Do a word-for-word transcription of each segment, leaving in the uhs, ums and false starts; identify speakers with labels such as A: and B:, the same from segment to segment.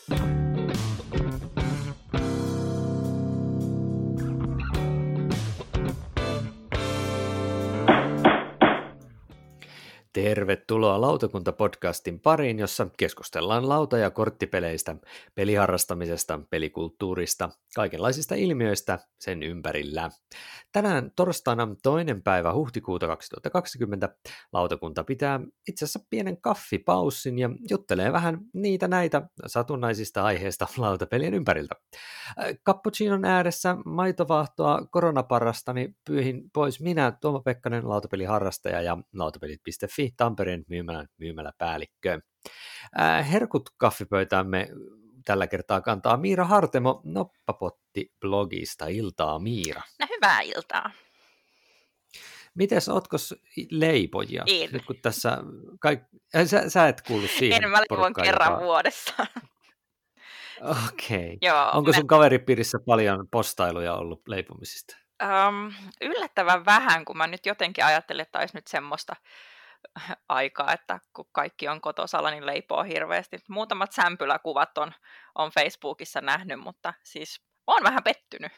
A: Tervetuloa Lautakunta-podcastin pariin, jossa keskustellaan lauta- ja korttipeleistä, peliharrastamisesta, pelikulttuurista, kaikenlaisista ilmiöistä sen ympärillä. Tänään torstaina toinen päivä huhtikuuta kaksituhattakaksikymmentä lautakunta pitää itse asiassa pienen kaffipaussin ja juttelee vähän niitä näitä satunnaisista aiheista lautapelien ympäriltä. Cappuccinon ääressä maitovaahtoa koronaparrastani pyyhin pois minä, Tuomo Pekkanen, lautapeliharrastaja ja lautapelit piste fi Tampereen myymälän myymäläpäällikkö. Herkut kaffipöytäämme tällä kertaa kantaa Miira Hartemo Noppapotti-blogista. Iltaa, Miira.
B: No hyvää iltaa.
A: Mites, ootko leipoja?
B: En.
A: Nyt kun tässä kaik... sä, sä et kuulu siihen
B: En, mä leivon kerran joka... vuodessa.
A: Okei. Okay. Onko sun me... kaveripiirissä paljon postailuja ollut leipomisista?
B: Um, yllättävän vähän, kun mä nyt jotenkin ajattelin, että olisi nyt semmoista aikaa, että kun kaikki on kotosalla, niin leipoo hirveästi. Muutamat sämpyläkuvat on, on Facebookissa nähnyt, mutta siis olen vähän pettynyt.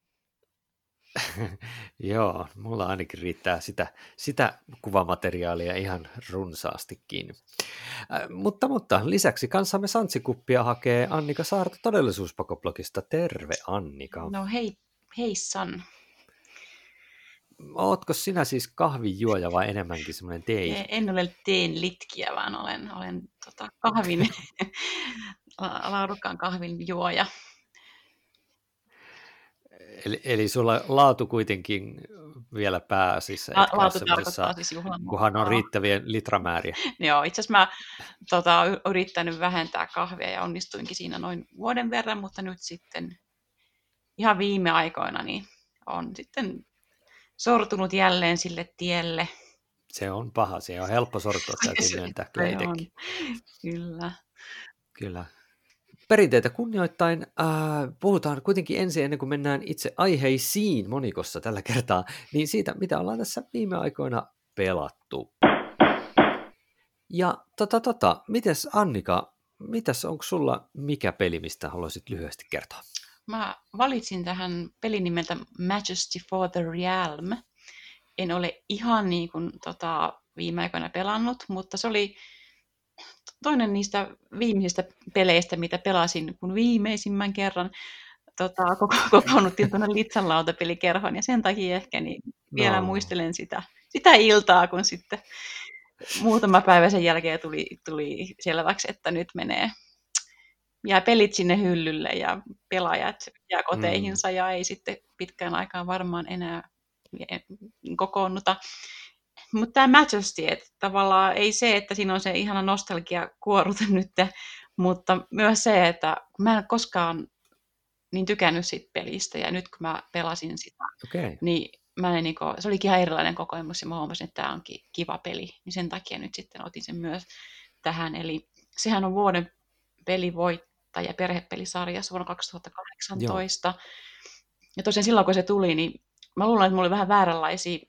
A: Joo, mulla ainakin riittää sitä, sitä kuvamateriaalia ihan runsaastikin. Äh, mutta, mutta lisäksi kanssamme Santsikuppia hakee Annika Saarto Todellisuuspakoblogista. Terve, Annika.
C: No hei, heissan.
A: Ootko sinä siis kahvinjuoja vai enemmänkin semmoinen tei?
C: En ole teen litkiä, vaan olen, olen tota, kahvin, laadukkaan kahvin juoja.
A: Eli, eli sulla laatu kuitenkin vielä pääasiassa,
C: La, laatu tarkoittaa siis juhlamuotoa.
A: Kunhan on riittäviä litramääriä.
C: Joo, itse asiassa mä tota, olen yrittänyt vähentää kahvia ja onnistuinkin siinä noin vuoden verran, mutta nyt sitten ihan viime aikoina niin on sitten sortunut jälleen sille tielle.
A: Se on paha, se on helppo sortua, täytyy myöntää kyllä itsekin.
C: Kyllä.
A: Kyllä. Perinteitä kunnioittain äh, puhutaan kuitenkin ensin, ennen kuin mennään itse aiheisiin monikossa tällä kertaa, niin siitä, mitä ollaan tässä viime aikoina pelattu. Ja tota, tota, mites Annika, mitäs onko sulla mikä peli, mistä haluaisit lyhyesti kertoa?
C: Mä valitsin tähän pelin nimeltä Majesty for the Realm. En ole ihan niin kuin, tota, viime aikoina pelannut, mutta se oli toinen niistä viimeisistä peleistä, mitä pelasin kun viimeisimmän kerran tota, kokoonnuttiin tuonne Litsan lautapelikerhoon, ja sen takia ehkä niin vielä no. muistelen sitä, sitä iltaa, kun sitten muutama päivä sen jälkeen tuli, tuli selväksi, että nyt menee jää pelit sinne hyllylle ja pelaajat jää koteihinsa mm. ja ei sitten pitkään aikaan varmaan enää kokoonnuta. Mutta tämä Majesty, että tavallaan ei se, että siinä on se ihana nostalgia kuorute nyt, mutta myös se, että mä en koskaan niin tykännyt siitä pelistä, ja nyt kun mä pelasin sitä,
A: okay.
C: niin mä en, niin kuin, se olikin ihan erilainen kokemus, ja mä huomasin, että tämä onkin kiva peli, niin sen takia nyt sitten otin sen myös tähän. Eli sehän on vuoden pelivoittaja perhepelisarjassa vuonna kaksituhattakahdeksantoista, Joo. ja tosiaan silloin kun se tuli, niin mä luulen, että mulla oli vähän vääränlaisia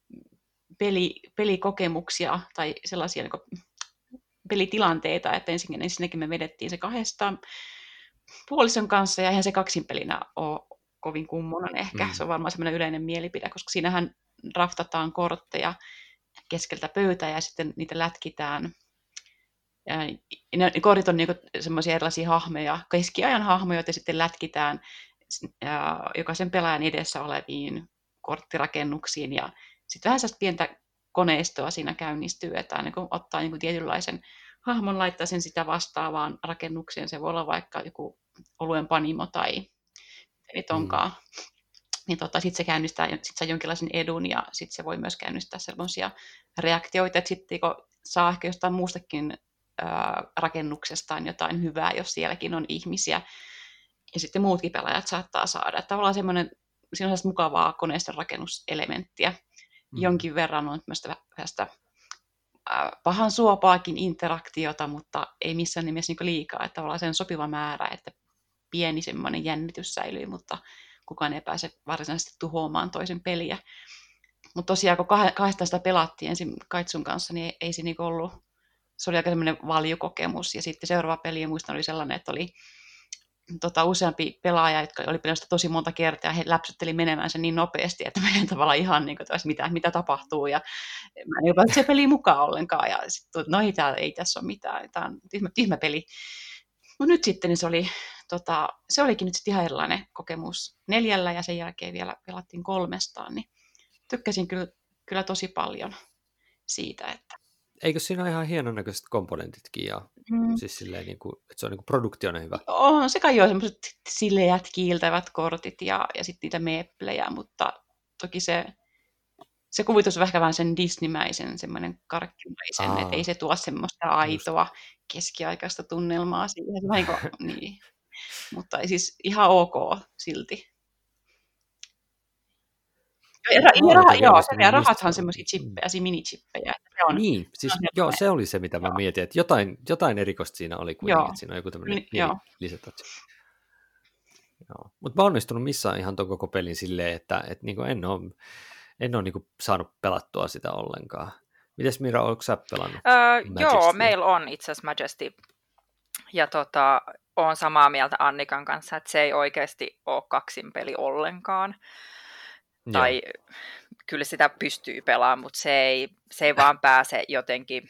C: Peli, pelikokemuksia tai sellaisia niin kuin pelitilanteita, että ensinnäkin, ensinnäkin me vedettiin se kahdestaan puolison kanssa, ja eihän se kaksinpelinä ole kovin kummonen ehkä. Mm. Se on varmaan semmoinen yleinen mielipide, koska siinähän draftataan kortteja keskeltä pöytää ja sitten niitä lätkitään. Ja ne kortit on niin semmoisia erilaisia hahmoja, keskiajan hahmoja, joita sitten lätkitään ja jokaisen pelaajan edessä oleviin korttirakennuksiin, ja sitten vähän sellaista pientä koneistoa siinä käynnistyy, että niin ottaa niin tietynlaisen hahmon, laittaa sen sitä vastaavaan rakennukseen. Se voi olla vaikka joku oluen panimo tai ei onkaan. Mm. Niin tota, sitten se käynnistää sit saa jonkinlaisen edun, ja sitten se voi myös käynnistää sellaisia reaktioita, että sitten saa ehkä jostain muustakin ää, rakennuksestaan jotain hyvää, jos sielläkin on ihmisiä. Ja sitten muutkin pelaajat saattaa saada. Että tavallaan semmoinen, siinä on sellaista mukavaa koneiston rakennuselementtiä. Mm. Jonkin verran on myös tästä pahan suopaakin interaktiota, mutta ei missään nimessä niin liikaa. Että tavallaan sen sopiva määrä, että pieni semmoinen jännitys säilyy, mutta kukaan ei pääse varsinaisesti tuhoamaan toisen peliä. Mutta tosiaan, kun kahdestaan sitä pelattiin ensin Kaitsun kanssa, niin ei se niinku ollut se oli aika semmoinen valjukokemus. Ja sitten seuraava peli, muistan, oli sellainen, että oli tota, useampi pelaaja, jotka oli pelannut sitä tosi monta kertaa, ja he läpsytteli menemään sen niin nopeasti, että mä en tavallaan ihan niin kuin, mitä, mitä tapahtuu, ja mä en jopa se peli mukaan ollenkaan, ja sitten, no ei, tää, ei tässä ole mitään, tämä on tyhmä, tyhmä peli. Mutta nyt sitten niin se, oli, tota, se olikin nyt sitten ihan erilainen kokemus neljällä, ja sen jälkeen vielä pelattiin kolmestaan, niin tykkäsin kyllä, kyllä tosi paljon siitä, että
A: Eikö siinä ole ihan hienon näköiset komponentitkin, ja
C: mm.
A: siis silleen, niin kuin, että se on niin produktiona hyvä?
C: On se kai jo semmoiset sileät, kiiltävät kortit ja, ja sitten niitä meeplejä, mutta toki se, se kuvitus on ehkä vähän sen Disneymäisen, semmoinen karkkimaisen, että ei se tuo semmoista aitoa just keskiaikaista tunnelmaa siihen. Vähän niin kuin, niin. Mutta siis ihan ok silti. Ja, ja, ja, raha, joo, se, ja rahathan on semmoisia chippejä, mini-chippejä. Se on,
A: niin, siis
C: se on
A: joo, se oli se, mitä joo. mä mietin, että jotain, jotain erikoista siinä oli kuitenkin, että siinä on joku tämmöinen lisätatsi. Mutta mä oon onnistunut missään ihan ton koko pelin silleen, että et niinku en ole, en ole niinku saanut pelattua sitä ollenkaan. Mites Mira, oletko sä pelannut?
B: Öö, joo, meillä on itse asiassa Majesty. Ja tota, oon samaa mieltä Annikan kanssa, että se ei oikeasti ole kaksin peli ollenkaan. Joo. Tai kyllä sitä pystyy pelaamaan, mutta se ei, se ei vaan pääse jotenkin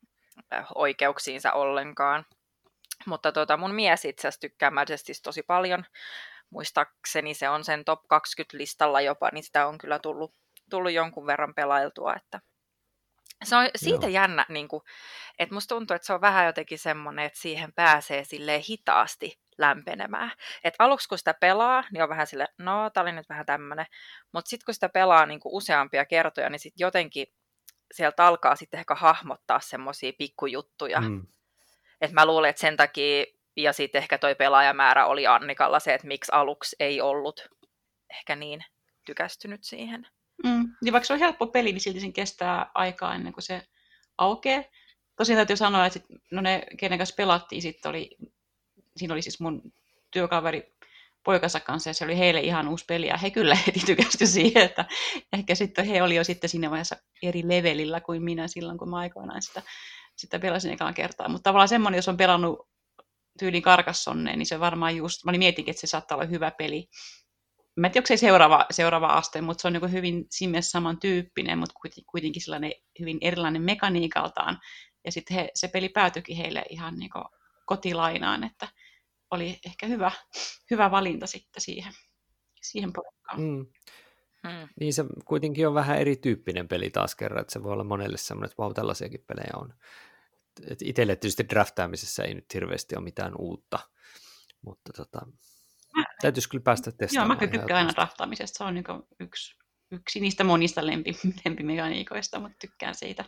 B: oikeuksiinsa ollenkaan. Mutta tota, mun mies itse asiassa tykkää Majestystä tosi paljon. Muistaakseni se on sen top kaksikymmentä listalla jopa, niin sitä on kyllä tullut, tullut jonkun verran pelailtua. Että se on siitä Joo. jännä, niin kuin, että musta tuntuu, että se on vähän jotenkin semmoinen, että siihen pääsee silleen hitaasti lämpenemään. Et aluksi kun sitä pelaa, niin on vähän silleen, no tää oli nyt vähän tämmönen. Mutta sitten kun sitä pelaa niin kuin useampia kertoja, niin sitten jotenkin sieltä alkaa sitten ehkä hahmottaa semmoisia pikkujuttuja. Mm. Että mä luulen, että sen takia, ja sitten ehkä toi pelaajamäärä oli Annikalla se, että miksi aluksi ei ollut ehkä niin tykästynyt siihen.
C: Mm. Niin vaikka se on helppo peli, niin silti sen kestää aikaa ennen kuin se aukeaa. Tosiaan täytyy sanoa, että sit, no ne, kenen kanssa pelattiin, sitten oli, siinä oli siis mun työkaveri poikansa kanssa, ja se oli heille ihan uusi peli, ja he kyllä heti tykästy siihen, että ehkä sitten he oli jo sitten siinä vaiheessa eri levelillä kuin minä silloin, kun mä aikoinaan sitä, sitä pelasin ekaan kertaa. Mutta tavallaan semmoinen, jos on pelannut tyylin Carcassonneen, niin se varmaan just, mä mietinkin, että se saattaa olla hyvä peli. Mä en tiedä, onko se seuraava, seuraava aste, mutta se on niin hyvin siinä samantyyppinen, mutta kuitenkin sellainen hyvin erilainen mekaniikaltaan. Ja sitten he, se peli päätyikin heille ihan niin kotilainaan, että oli ehkä hyvä, hyvä valinta sitten siihen, siihen porukkaan. Mm.
A: Hmm. Niin se kuitenkin on vähän erityyppinen peli taas kerran, että se voi olla monelle semmoinen, että vau, tällaisiakin pelejä on. Et itselle tietysti draftaamisessa ei nyt hirveästi ole mitään uutta, mutta tota, mä, täytyisi kyllä päästä testaamaan.
C: Joo, mä tykkään aina draftaamisesta, se on niin yksi, yksi niistä monista lempi, lempimekaniikoista, mutta tykkään siitä.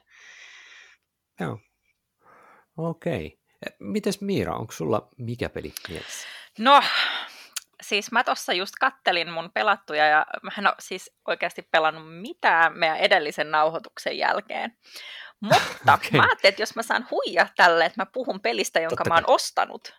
A: Joo, okei. Okay. Mites Miira, onko sulla mikä peli mielessä?
B: No, siis mä tuossa just kattelin mun pelattuja, ja mä en ole siis oikeasti pelannut mitään meidän edellisen nauhoituksen jälkeen. Mutta okay. Mä ajattelin, että jos mä saan huijaa tälle, että mä puhun pelistä, jonka Totta mä oon kai. ostanut.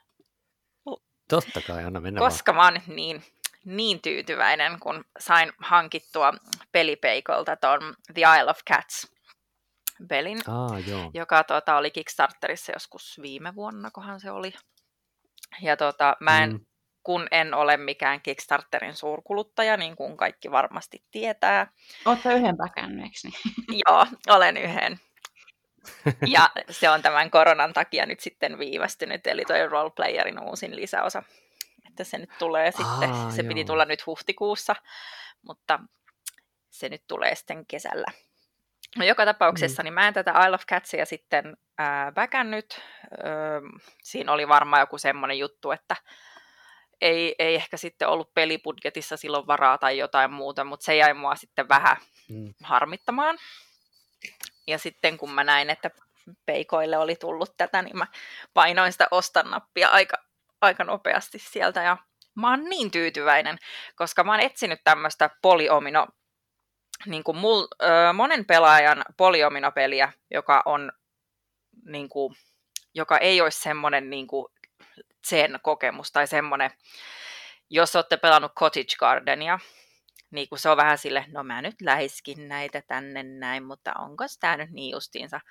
A: Totta kai, anna mennä
B: Koska
A: vaan.
B: mä oon nyt niin, niin tyytyväinen, kun sain hankittua pelipeikolta ton The Isle of Cats pelin,
A: ah, joo.
B: joka tuota, oli Kickstarterissa joskus viime vuonna, kohan se oli. Ja tuota, mä en, mm. kun en ole mikään Kickstarterin suurkuluttaja, niin kuin kaikki varmasti tietää.
C: Oletko yhden päkännyt, eikö niin?
B: Joo, olen yhden. Ja se on tämän koronan takia nyt sitten viivästynyt, eli toi Roleplayerin uusin lisäosa. Että se nyt tulee sitten, Aa, se joo. piti tulla nyt huhtikuussa, mutta se nyt tulee sitten kesällä. No joka tapauksessa, mm. niin mä en tätä Isle of Catsia sitten ää, väkännyt. Öö, siinä oli varmaan joku semmoinen juttu, että ei, ei ehkä sitten ollut pelibudjetissa silloin varaa tai jotain muuta, mutta se jäi mua sitten vähän mm. harmittamaan. Ja sitten kun mä näin, että peikoille oli tullut tätä, niin mä painoin sitä ostan-nappia aika, aika nopeasti sieltä. Ja mä oon niin tyytyväinen, koska mä oon etsinyt tämmöistä polyomino, niin kuin mul, ö, monen pelaajan polyominopeliä, joka on, niin kuin, joka ei olisi semmoinen niin kuin zen-kokemus tai semmoinen, jos olette pelannut Cottage Gardenia, niin kuin se on vähän sille, no mä nyt lähiskin näitä tänne näin, mutta onko tämä nyt niin justiinsa?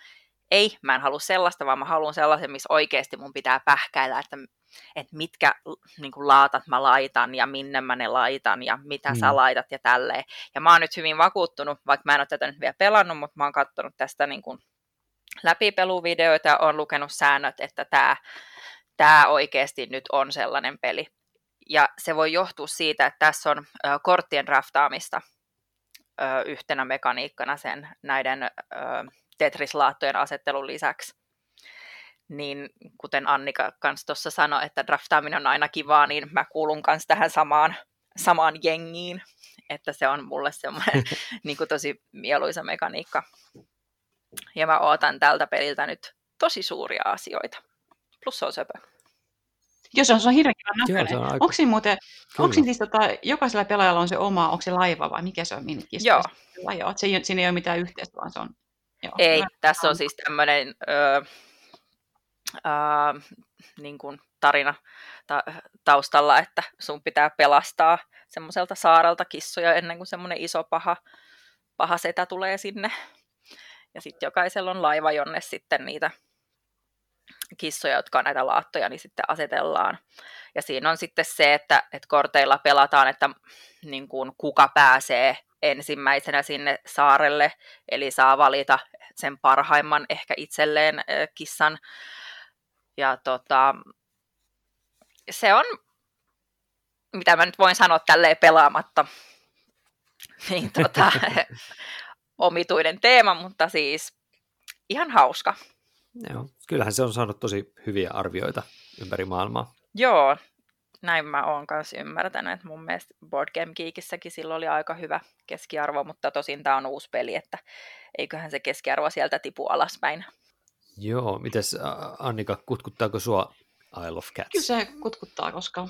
B: ei, mä en halua sellaista, vaan mä haluan sellaisen, missä oikeasti mun pitää pähkäillä, että, että mitkä niin kuin laatat mä laitan ja minne mä ne laitan ja mitä mm. sä laitat ja tälleen. Ja mä oon nyt hyvin vakuuttunut, vaikka mä en ole tätä nyt vielä pelannut, mutta mä oon katsonut tästä niin kuin läpipeluvideoita ja oon lukenut säännöt, että tää, tää oikeasti nyt on sellainen peli. Ja se voi johtua siitä, että tässä on ö, korttien draftaamista ö, yhtenä mekaniikkana sen näiden ö, Tetris-laattojen asettelun lisäksi. Niin kuten Annika kanssa tuossa sanoi, että draftaaminen on aina kivaa, niin mä kuulun kanssa tähän samaan, samaan jengiin. Että se on mulle semmoinen niin kuin tosi mieluisa mekaniikka. Ja mä ootan tältä peliltä nyt tosi suuria asioita. Plus se on söpö.
C: Jos se on, se on hirveän kiva näköinen. Aika... Onko siinä muuten, onko siinä siis tota, jokaisella pelaajalla on se oma, onko se laiva vai mikä se on?
B: Joo.
C: Joo. Se ei, siinä ei ole mitään yhteistä, vaan se on... Joo.
B: Ei, tässä on siis tämmöinen öö, öö, niin kuin tarina ta- taustalla, että sun pitää pelastaa semmoiselta saarelta kissoja ennen kuin semmoinen iso paha, paha setä tulee sinne. Ja sitten jokaisella on laiva, jonne sitten niitä kissoja, jotka on näitä laattoja, niin sitten asetellaan. Ja siinä on sitten se, että, että korteilla pelataan, että niin kuin, kuka pääsee ensimmäisenä sinne saarelle, eli saa valita sen parhaimman ehkä itselleen äh, kissan. Ja tota, se on, mitä mä nyt voin sanoa tälleen pelaamatta, niin tota, omituinen teema, mutta siis ihan hauska.
A: Joo, kyllähän se on saanut tosi hyviä arvioita ympäri maailmaa.
B: Joo, näin mä oon kanssa ymmärtänyt, että mun mielestä Board Game Geekissäkin silloin oli aika hyvä keskiarvo, mutta tosin tää on uusi peli, että eiköhän se keskiarvo sieltä tipu alaspäin.
A: Joo, mites Annika, kutkuttaako sua Isle of Cats?
C: Kyllä se kutkuttaa, koska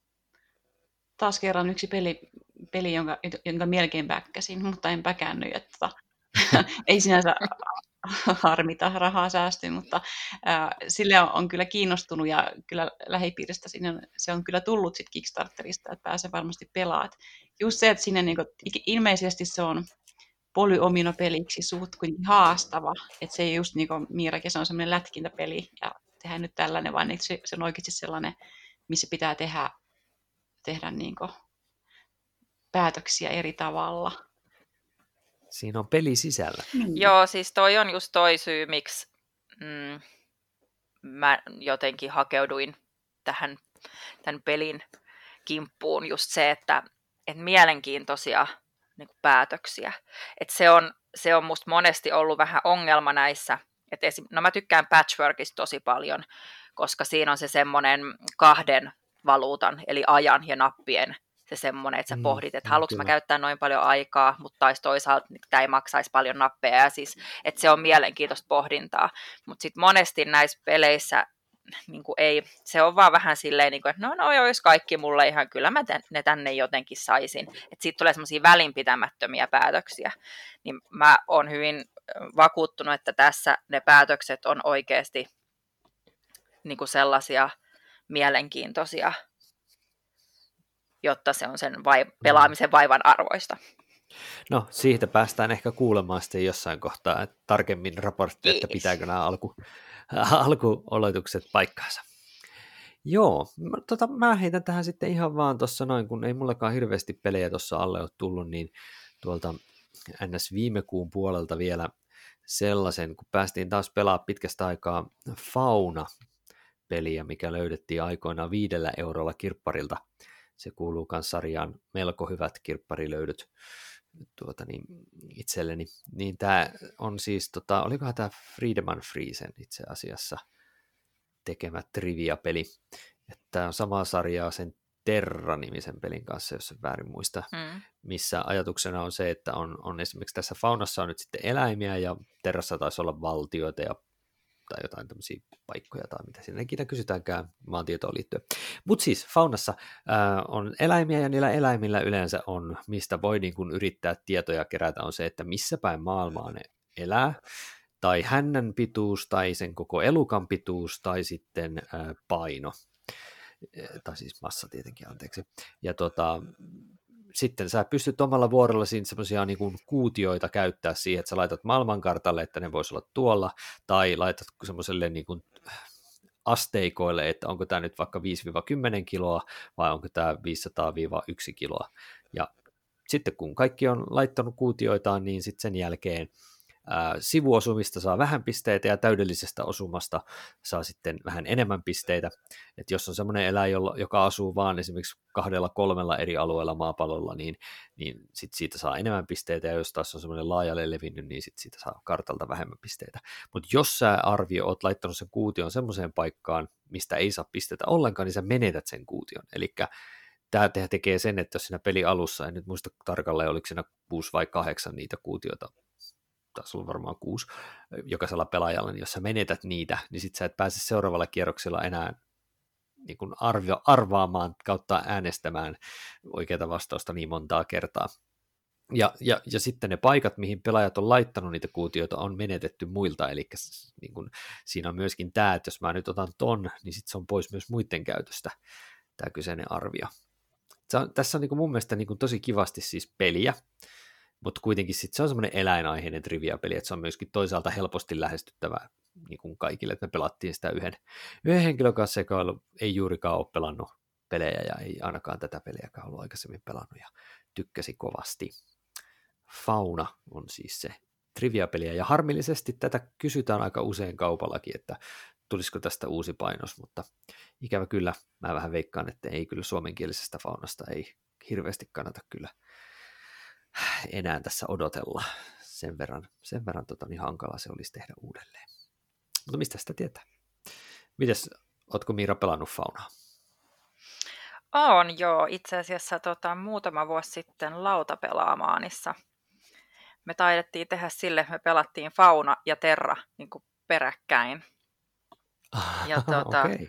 C: taas kerran yksi peli, peli jonka, jonka melkein päkkäsin, mutta en päkännyt, että ei sinänsä harmita, rahaa säästyy, mutta ää, sille on, on kyllä kiinnostunut ja kyllä lähipiiristä sinne on, se on kyllä tullut sit Kickstarterista, että pääsee varmasti pelaamaan. Just se, että sinne niinku, ilmeisesti se on polyominopeliksi suht kuin haastava, että se ei just niin kuin Miirakin, se on semmoinen lätkintäpeli ja tehdään nyt tällainen, vaan se, se on oikeasti sellainen, missä pitää tehdä, tehdä niin kuin päätöksiä eri tavalla.
A: Siinä on peli sisällä.
B: Mm. Joo, siis toi on just toi syy, miksi mm, mä jotenkin hakeuduin tähän tämän pelin kimppuun. Just se, että et mielenkiintoisia niin kuin päätöksiä. Et se, on, se on musta monesti ollut vähän ongelma näissä. Et esim, no mä tykkään Patchworkista tosi paljon, koska siinä on se semmoinen kahden valuutan, eli ajan ja nappien se semmoinen, että sä pohdit, että haluanko mä käyttää noin paljon aikaa, mutta taisi toisaalta tämä ei maksaisi paljon nappeja, ja siis, että se on mielenkiintoista pohdintaa. Mutta sitten monesti näissä peleissä niin kuin ei, se on vaan vähän silleen, niin kuin, että no, no jos kaikki mulle ihan, kyllä mä ne tänne jotenkin saisin. Että siitä tulee semmoisia välinpitämättömiä päätöksiä. Niin mä oon hyvin vakuuttunut, että tässä ne päätökset on oikeasti niin kuin sellaisia mielenkiintoisia, jotta se on sen vai, pelaamisen vaivan arvoista.
A: No, siitä päästään ehkä kuulemaan sitten jossain kohtaa että tarkemmin raportti, että pitääkö nämä alku, alkuoletukset paikkaansa. Joo, tota, mä heitän tähän sitten ihan vaan tuossa noin, kun ei mullakaan hirveästi pelejä tuossa alle ole tullut, niin tuolta ns. Viime kuun puolelta vielä sellaisen, kun päästiin taas pelaa pitkästä aikaa Fauna-peliä, mikä löydettiin aikoinaan viidellä eurolla kirpparilta. Se kuuluu myös sarjaan melko hyvät kirpparilöydöt tuota, niin, itselleni. Niin tämä on siis, tota, olikohan tämä Friedemann Friesen itse asiassa tekemä trivia-peli. Tämä on samaa sarjaa sen Terra-nimisen pelin kanssa, jos en väärin muista, mm. missä ajatuksena on se, että on, on esimerkiksi tässä Faunassa on nyt sitten eläimiä ja Terrassa taisi olla valtioita ja tai jotain tämmöisiä paikkoja tai mitä siinä ikinä kysytäänkään maantietoon liittyen. Mutta siis Faunassa ää, on eläimiä ja niillä eläimillä yleensä on, mistä voi niin kun yrittää tietoja kerätä, on se, että missä päin maailmaa ne elää, tai hännän pituus, tai sen koko elukan pituus, tai sitten ää, paino, tai siis massa tietenkin, anteeksi. Ja tota, sitten sä pystyt omalla vuorollasi semmoisia niin kuin kuutioita käyttää siihen, että sä laitat maailmankartalle, että ne voisi olla tuolla, tai laitat semmoiselle niin kuin asteikoille, että onko tämä nyt vaikka viisi kymmenen kiloa, vai onko tämä viisisataa yksi kiloa. Ja sitten kun kaikki on laittanut kuutioitaan, niin sitten sen jälkeen ää, sivuosumista saa vähän pisteitä ja täydellisestä osumasta saa sitten vähän enemmän pisteitä. Et jos on semmoinen eläin, joka asuu vaan esimerkiksi kahdella kolmella eri alueella maapallolla, niin, niin sit siitä saa enemmän pisteitä, ja jos taas on semmoinen laajalle levinnyt, niin sit siitä saa kartalta vähemmän pisteitä. Mutta jos sä arvio, oot laittanut sen kuution semmoiseen paikkaan, mistä ei saa pisteitä ollenkaan, niin sä menetät sen kuution. Eli tämä tekee sen, että jos siinä peli alussa, en nyt muista tarkalleen, oliko siinä kuusi vai kahdeksan niitä kuutioita, taisi olla varmaan kuusi jokaisella pelaajalla, niin jos sä menetät niitä, niin sit sä et pääse seuraavalla kierroksella enää niin kuin arvio, arvaamaan kautta äänestämään oikeaa vastausta niin montaa kertaa. Ja, ja, ja sitten ne paikat, mihin pelaajat on laittanut niitä kuutioita, on menetetty muilta, eli niin kuin, siinä on myöskin tämä, että jos mä nyt otan ton, niin sitten se on pois myös muiden käytöstä, tämä kyseinen arvio. On, tässä on niin kuin mun mielestä niin kuin tosi kivasti siis peliä, mutta kuitenkin sit se on semmoinen eläinaiheinen trivia-peli, että se on myöskin toisaalta helposti lähestyttävää niin kuin kaikille, että me pelattiin sitä yhden, yhden henkilön kanssa, joka ei juurikaan ole pelannut pelejä ja ei ainakaan tätä peliäkään ollut aikaisemmin pelannut ja tykkäsi kovasti. Fauna on siis se trivia-peliä, ja harmillisesti tätä kysytään aika usein kaupallakin, että tulisiko tästä uusi painos, mutta ikävä kyllä, mä vähän veikkaan, että ei kyllä suomenkielisestä faunasta ei hirveästi kannata kyllä enää tässä odotella. Sen verran, sen verran tota, niin hankala se olisi tehdä uudelleen. Mutta mistä sitä tietää? Mites, ootko Miira pelannut faunaa?
B: On joo, itse asiassa tota, muutama vuosi sitten lautapelaamaanissa. Me taidettiin tehdä sille, me pelattiin fauna ja terra niin kuin peräkkäin. Ja tuota, okay.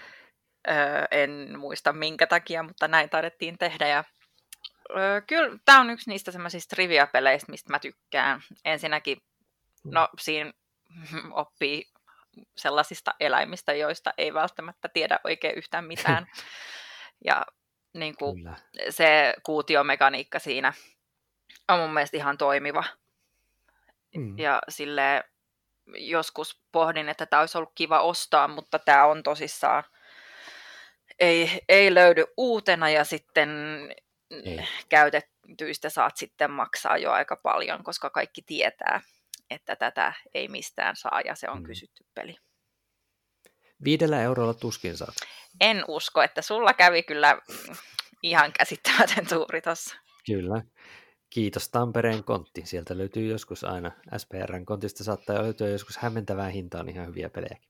B: ö, en muista minkä takia, mutta näin taidettiin tehdä. Ja, ö, kyllä tämä on yksi niistä semmoisista trivia-peleistä, mistä mä tykkään. Ensinnäkin, no siinä oppii sellaisista eläimistä, joista ei välttämättä tiedä oikein yhtään mitään. Ja niin kuin, se kuutiomekaniikka siinä on mun mielestä ihan toimiva. Mm. Ja silleen joskus pohdin, että tämä olisi ollut kiva ostaa, mutta tämä on tosissaan, ei, ei löydy uutena, ja sitten ei. Käytettyistä saat sitten maksaa jo aika paljon, koska kaikki tietää, että tätä ei mistään saa, ja se on mm. kysytty peli.
A: Viidellä eurolla tuskin saat.
B: En usko, että sulla kävi kyllä ihan käsittämätön tuuri tuossa.
A: Kyllä. Kiitos Tampereen kontti. Sieltä löytyy joskus aina. S P R:n kontista saattaa löytyä joskus hämmentävää hintaan ihan hyviä pelejäkin.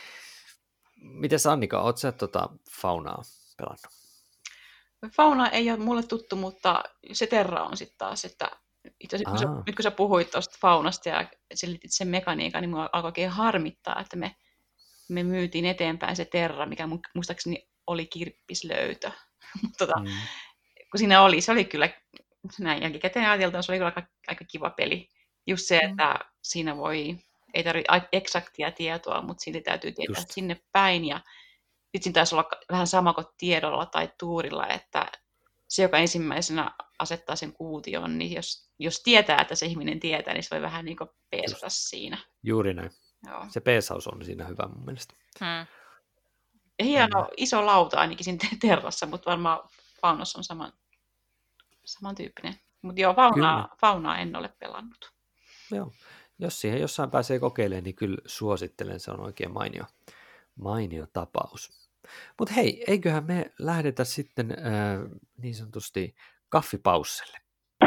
A: Mites Annika, ootko sä tuota faunaa pelannut?
C: Fauna ei ole mulle tuttu, mutta se terra on sitten taas, että itse asiassa, kun sä, nyt kun sä puhuit tuosta faunasta ja selitit sen mekaniikan, niin mua alkoi oikein harmittaa, että me, me myytiin eteenpäin se terra, mikä muistaakseni oli kirppislöytö. tota, mm. Kun siinä oli, se oli kyllä näin jälkikäteen ajateltuna, se oli kyllä aika, aika kiva peli. Just se, mm. että siinä voi, ei tarvitse eksaktia tietoa, mutta silti täytyy tietää Just. sinne päin. Ja sitten siinä taisi olla vähän sama kuin tiedolla tai tuurilla, että se, joka ensimmäisenä asettaa sen kuution, niin jos, jos tietää, että se ihminen tietää, niin se voi vähän niin kuin peesata siinä.
A: Juuri näin. Joo. Se peesaus on siinä hyvä mun mielestä. Hmm.
C: Ja hieno hmm. iso lauta ainakin siinä terrassa, mutta varmaan faunassa on saman, samantyyppinen. Mutta joo, faunaa, faunaa en ole pelannut.
A: Joo. Jos siihen jossain pääsee kokeilemaan, niin kyllä suosittelen, se on oikein mainio, mainio tapaus. Mutta hei, eiköhän me lähdetä sitten äh, niin sanotusti kaffipausselle.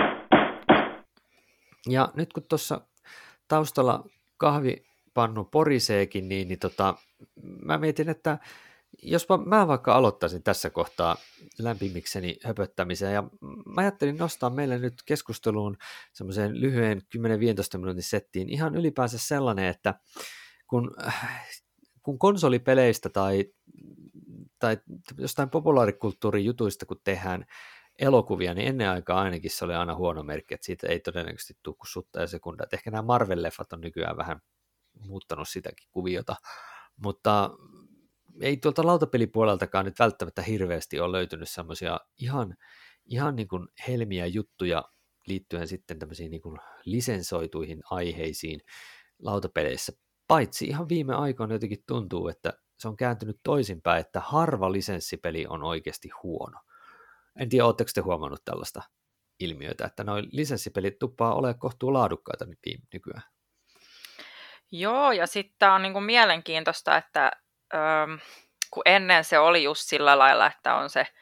A: Ja nyt kun tuossa taustalla kahvipannu poriseekin, niin, niin tota, mä mietin, että jospa mä vaikka aloittaisin tässä kohtaa lämpimikseni höpöttämiseen, ja mä ajattelin nostaa meille nyt keskusteluun semmoiseen lyhyen kymmenen viisitoista minuutin settiin ihan ylipäänsä sellainen, että kun, kun konsolipeleistä tai, tai jostain populaarikulttuurin jutuista, kun tehdään elokuvia, niin ennen aikaa ainakin se oli aina huono merkki, että siitä ei todennäköisesti tule kuin sutta ja sekundaa. Et ehkä nämä Marvel-leffat on nykyään vähän muuttanut sitäkin kuviota, mutta ei tuolta lautapelipuoleltakaan nyt välttämättä hirveästi ole löytynyt semmoisia ihan, ihan niin kuin helmiä juttuja liittyen sitten tämmöisiin niin kuin lisensoituihin aiheisiin lautapeleissä, paitsi ihan viime aikoina jotenkin tuntuu, että se on kääntynyt toisinpäin, että harva lisenssipeli on oikeasti huono. En tiedä, oletteko te huomannut tällaista ilmiötä, että nuo lisenssipelit tuppaa olemaan kohtuu laadukkaita nykyään.
B: Joo, ja sitten on niinku mielenkiintoista, että öö, kun ennen se oli just sillä lailla, että on se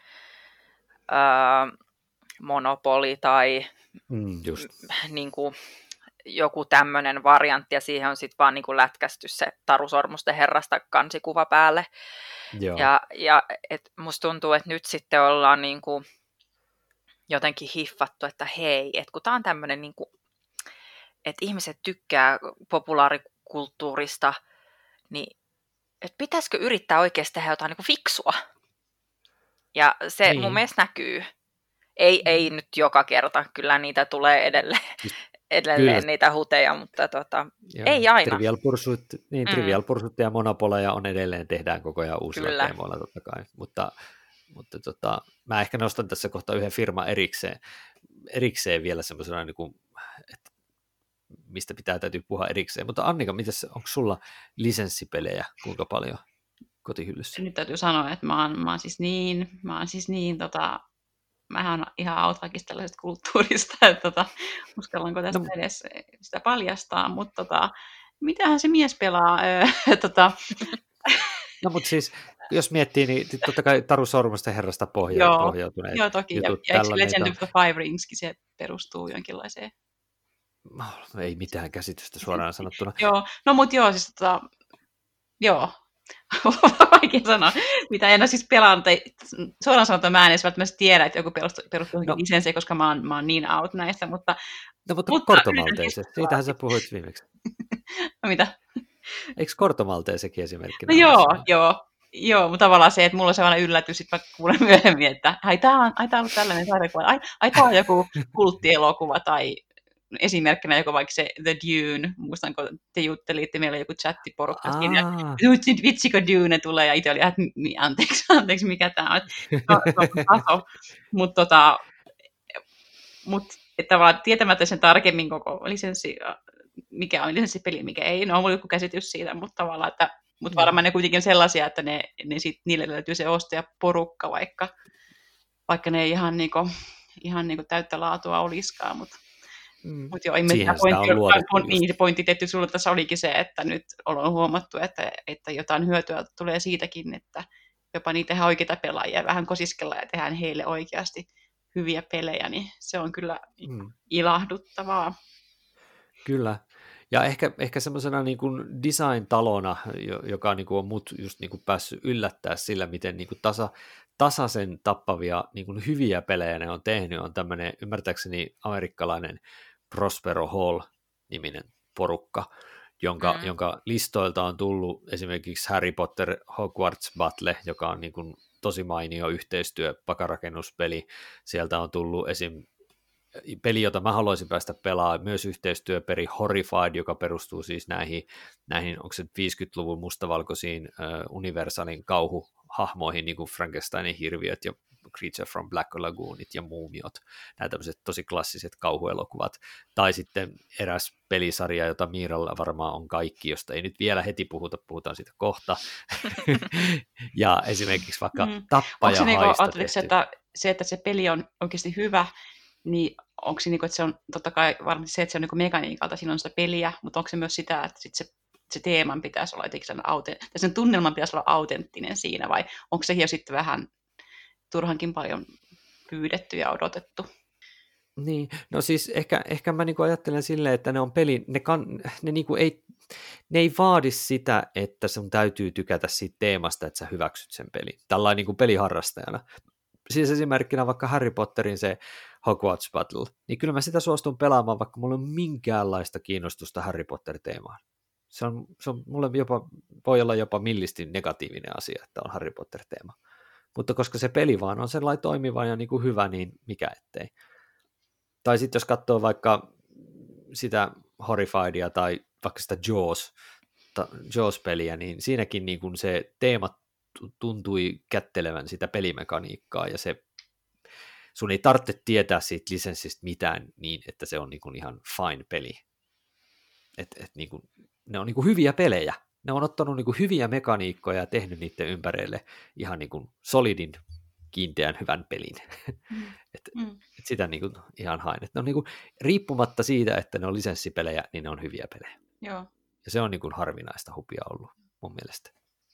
B: öö, Monopoly tai
A: mm, just.
B: Niinku, joku tämmöinen variantti, ja siihen on sitten vaan niinku lätkästy se Taru Sormusten herrasta kansikuva päälle.
A: Joo.
B: Ja, ja et musta tuntuu, että nyt sitten ollaan niinku jotenkin hiffattu, että hei, että kun tää on tämmöinen, niinku, että ihmiset tykkää populaarikulttuurista, niin että pitäisikö yrittää oikeasti tehdä jotain niinku fiksua. Ja se niin. mun mielestä näkyy. Ei, ei nyt joka kerta, kyllä niitä tulee edelleen, edelleen niitä huteja, mutta tota, ei aina.
A: Trivial Pursuit, niin, mm. Trivial Pursuit ja Monopoleja on edelleen, tehdään koko ajan uusilla kyllä. teemoilla totta kai, mutta, mutta tota, mä ehkä nostan tässä kohtaa yhden firman erikseen, erikseen vielä semmoisena, niin kuin, että mistä pitää täytyy puhua erikseen, mutta Annika, mitäs, onko sulla lisenssipelejä kuinka paljon kotihyllyssä?
C: Nyt täytyy sanoa, että mä oon, mä oon siis niin, mä oon siis niin tota, mähän on ihan autakista tällaisesta kulttuurista, että tota, uskallanko tästä no. edes sitä paljastaa, mutta tota, mitähän se mies pelaa? tota.
A: No mutta siis, jos miettii, niin totta kai Taru Sormusten herrasta pohja,
C: joo,
A: pohjautuneet
C: joo, toki.
A: jutut.
C: Ja, ja eikö Legend of the Five Ringskin, se perustuu jonkinlaiseen?
A: No, ei mitään käsitystä suoraan sanottuna.
C: joo, no mutta joo, siis tota, joo. Vaikea sanoa, mitä en ole siis pelannut. Suoraan sanottuna mä en edes välttämättä tiedä, että joku perustuu, perustuu no. lisenssiin, koska mä oon, mä oon niin out näistä. Mutta,
A: no mutta, mutta Corto Maltese, siitähän sä puhuit viimeksi.
C: No mitä?
A: Eikö Corto Maltesekin esimerkkinä?
C: No joo, joo, joo, mutta tavallaan se, että mulla on sellainen yllätys, että mä kuulen myöhemmin, että ai tää on, ai, tää on ollut tällainen sarjakuva, ai, ai tää on joku kulttielokuva tai esimerkkinä joku vaikka se The Dune, muistan kun te juttelitte, meillä oli joku chattiporukka siinä, ja vitsikö Dune tulee, ja itse oli, että anteeksi, anteeksi, mikä tämä on, taso. Mutta tota, mut, tavallaan tietämättä sen tarkemmin koko lisenssi, mikä on lisenssipeli, mikä ei, no on mulla joku käsitys siitä, mutta tavallaan, että mut varmaan ne kuitenkin sellaisia, että ne, ne sit, niille löytyy se ostajaporukka, vaikka, vaikka ne ei ihan, niinku, ihan niinku täyttä laatua olisikaan, mutta Mm. Mutta joo, pointti, niin, se pointti tietysti sulla tässä olikin se, että nyt ollaan huomattu, että, että jotain hyötyä tulee siitäkin, että jopa niitä ihan oikeita pelaajia vähän kosiskellaan ja tehdään heille oikeasti hyviä pelejä, niin se on kyllä mm. ilahduttavaa.
A: Kyllä. Ja ehkä, ehkä semmoisena niin kuin design-talona, joka niin kuin on mut just niin kuin päässyt yllättää sillä, miten niin kuin tasa, tasaisen tappavia niin kuin hyviä pelejä ne on tehnyt, on tämmöinen ymmärtääkseni amerikkalainen Prospero Hall-niminen porukka, jonka, mm. jonka listoilta on tullut esimerkiksi Harry Potter Hogwarts Battle, joka on niin kuin tosi mainio yhteistyö, pakarakennuspeli. Sieltä on tullut esim. Peli, jota mä haluaisin päästä pelaamaan, myös yhteistyöperi Horrified, joka perustuu siis näihin, näihin onko se viisikymmentäluvun mustavalkoisiin uh, Universalin kauhuhahmoihin, niin kuin Frankensteinin hirviöt ja Creature from Black Lagoonit ja Muumiot, nämä tämmöiset tosi klassiset kauhuelokuvat, tai sitten eräs pelisarja, jota Miiralla varmaan on kaikki, josta ei nyt vielä heti puhuta, puhutaan siitä kohta, ja esimerkiksi vaikka mm. Tappaja
C: Haista.
A: Onko
C: se, että se, että se peli on oikeasti hyvä, niin onko se, niin kuin, että se on totta kai varmasti se, että se on niin mekaniikalta, siinä on sitä peliä, mutta onko se myös sitä, että sit se, se teeman pitäisi olla jotenkin sen, auten, tai sen tunnelman pitäisi olla autenttinen siinä, vai onko se jo sitten vähän turhankin paljon pyydetty ja odotettu?
A: Niin, no siis ehkä, ehkä mä niinku ajattelen silleen, että ne on peli, ne, kan, ne, niinku ei, ne ei vaadi sitä, että sun täytyy tykätä siitä teemasta, että sä hyväksyt sen pelin, tällainen niinku peliharrastajana. Siis esimerkkinä vaikka Harry Potterin se Hogwarts Battle, niin kyllä mä sitä suostun pelaamaan, vaikka mulla on minkäänlaista kiinnostusta Harry Potter-teemaan. Se on, se on mulle jopa, voi olla jopa millisti negatiivinen asia, että on Harry Potter-teema. Mutta koska se peli vaan on sellainen toimiva ja niin kuin hyvä, niin mikä ettei. Tai sitten jos katsoo vaikka sitä Horrifiedia tai vaikka sitä Jaws, ta, Jaws-peliä, niin siinäkin niin kuin se teema tuntui kättelevän sitä pelimekaniikkaa, ja se sun ei tarvitse tietää siitä lisenssistä mitään niin, että se on niin kuin ihan fine peli. Et, et niin kuin, ne on niin kuin hyviä pelejä. Ne on ottanut niin kuin hyviä mekaniikkoja ja tehnyt niiden ympärille ihan niin kuin solidin, kiinteän hyvän pelin.
C: Mm.
A: et,
C: Mm.
A: et sitä niin kuin ihan hain. Et ne on niin kuin, riippumatta siitä, että ne on lisenssipelejä, niin ne on hyviä pelejä.
C: Joo.
A: Ja se on niin kuin harvinaista hupia ollut mun mielestä.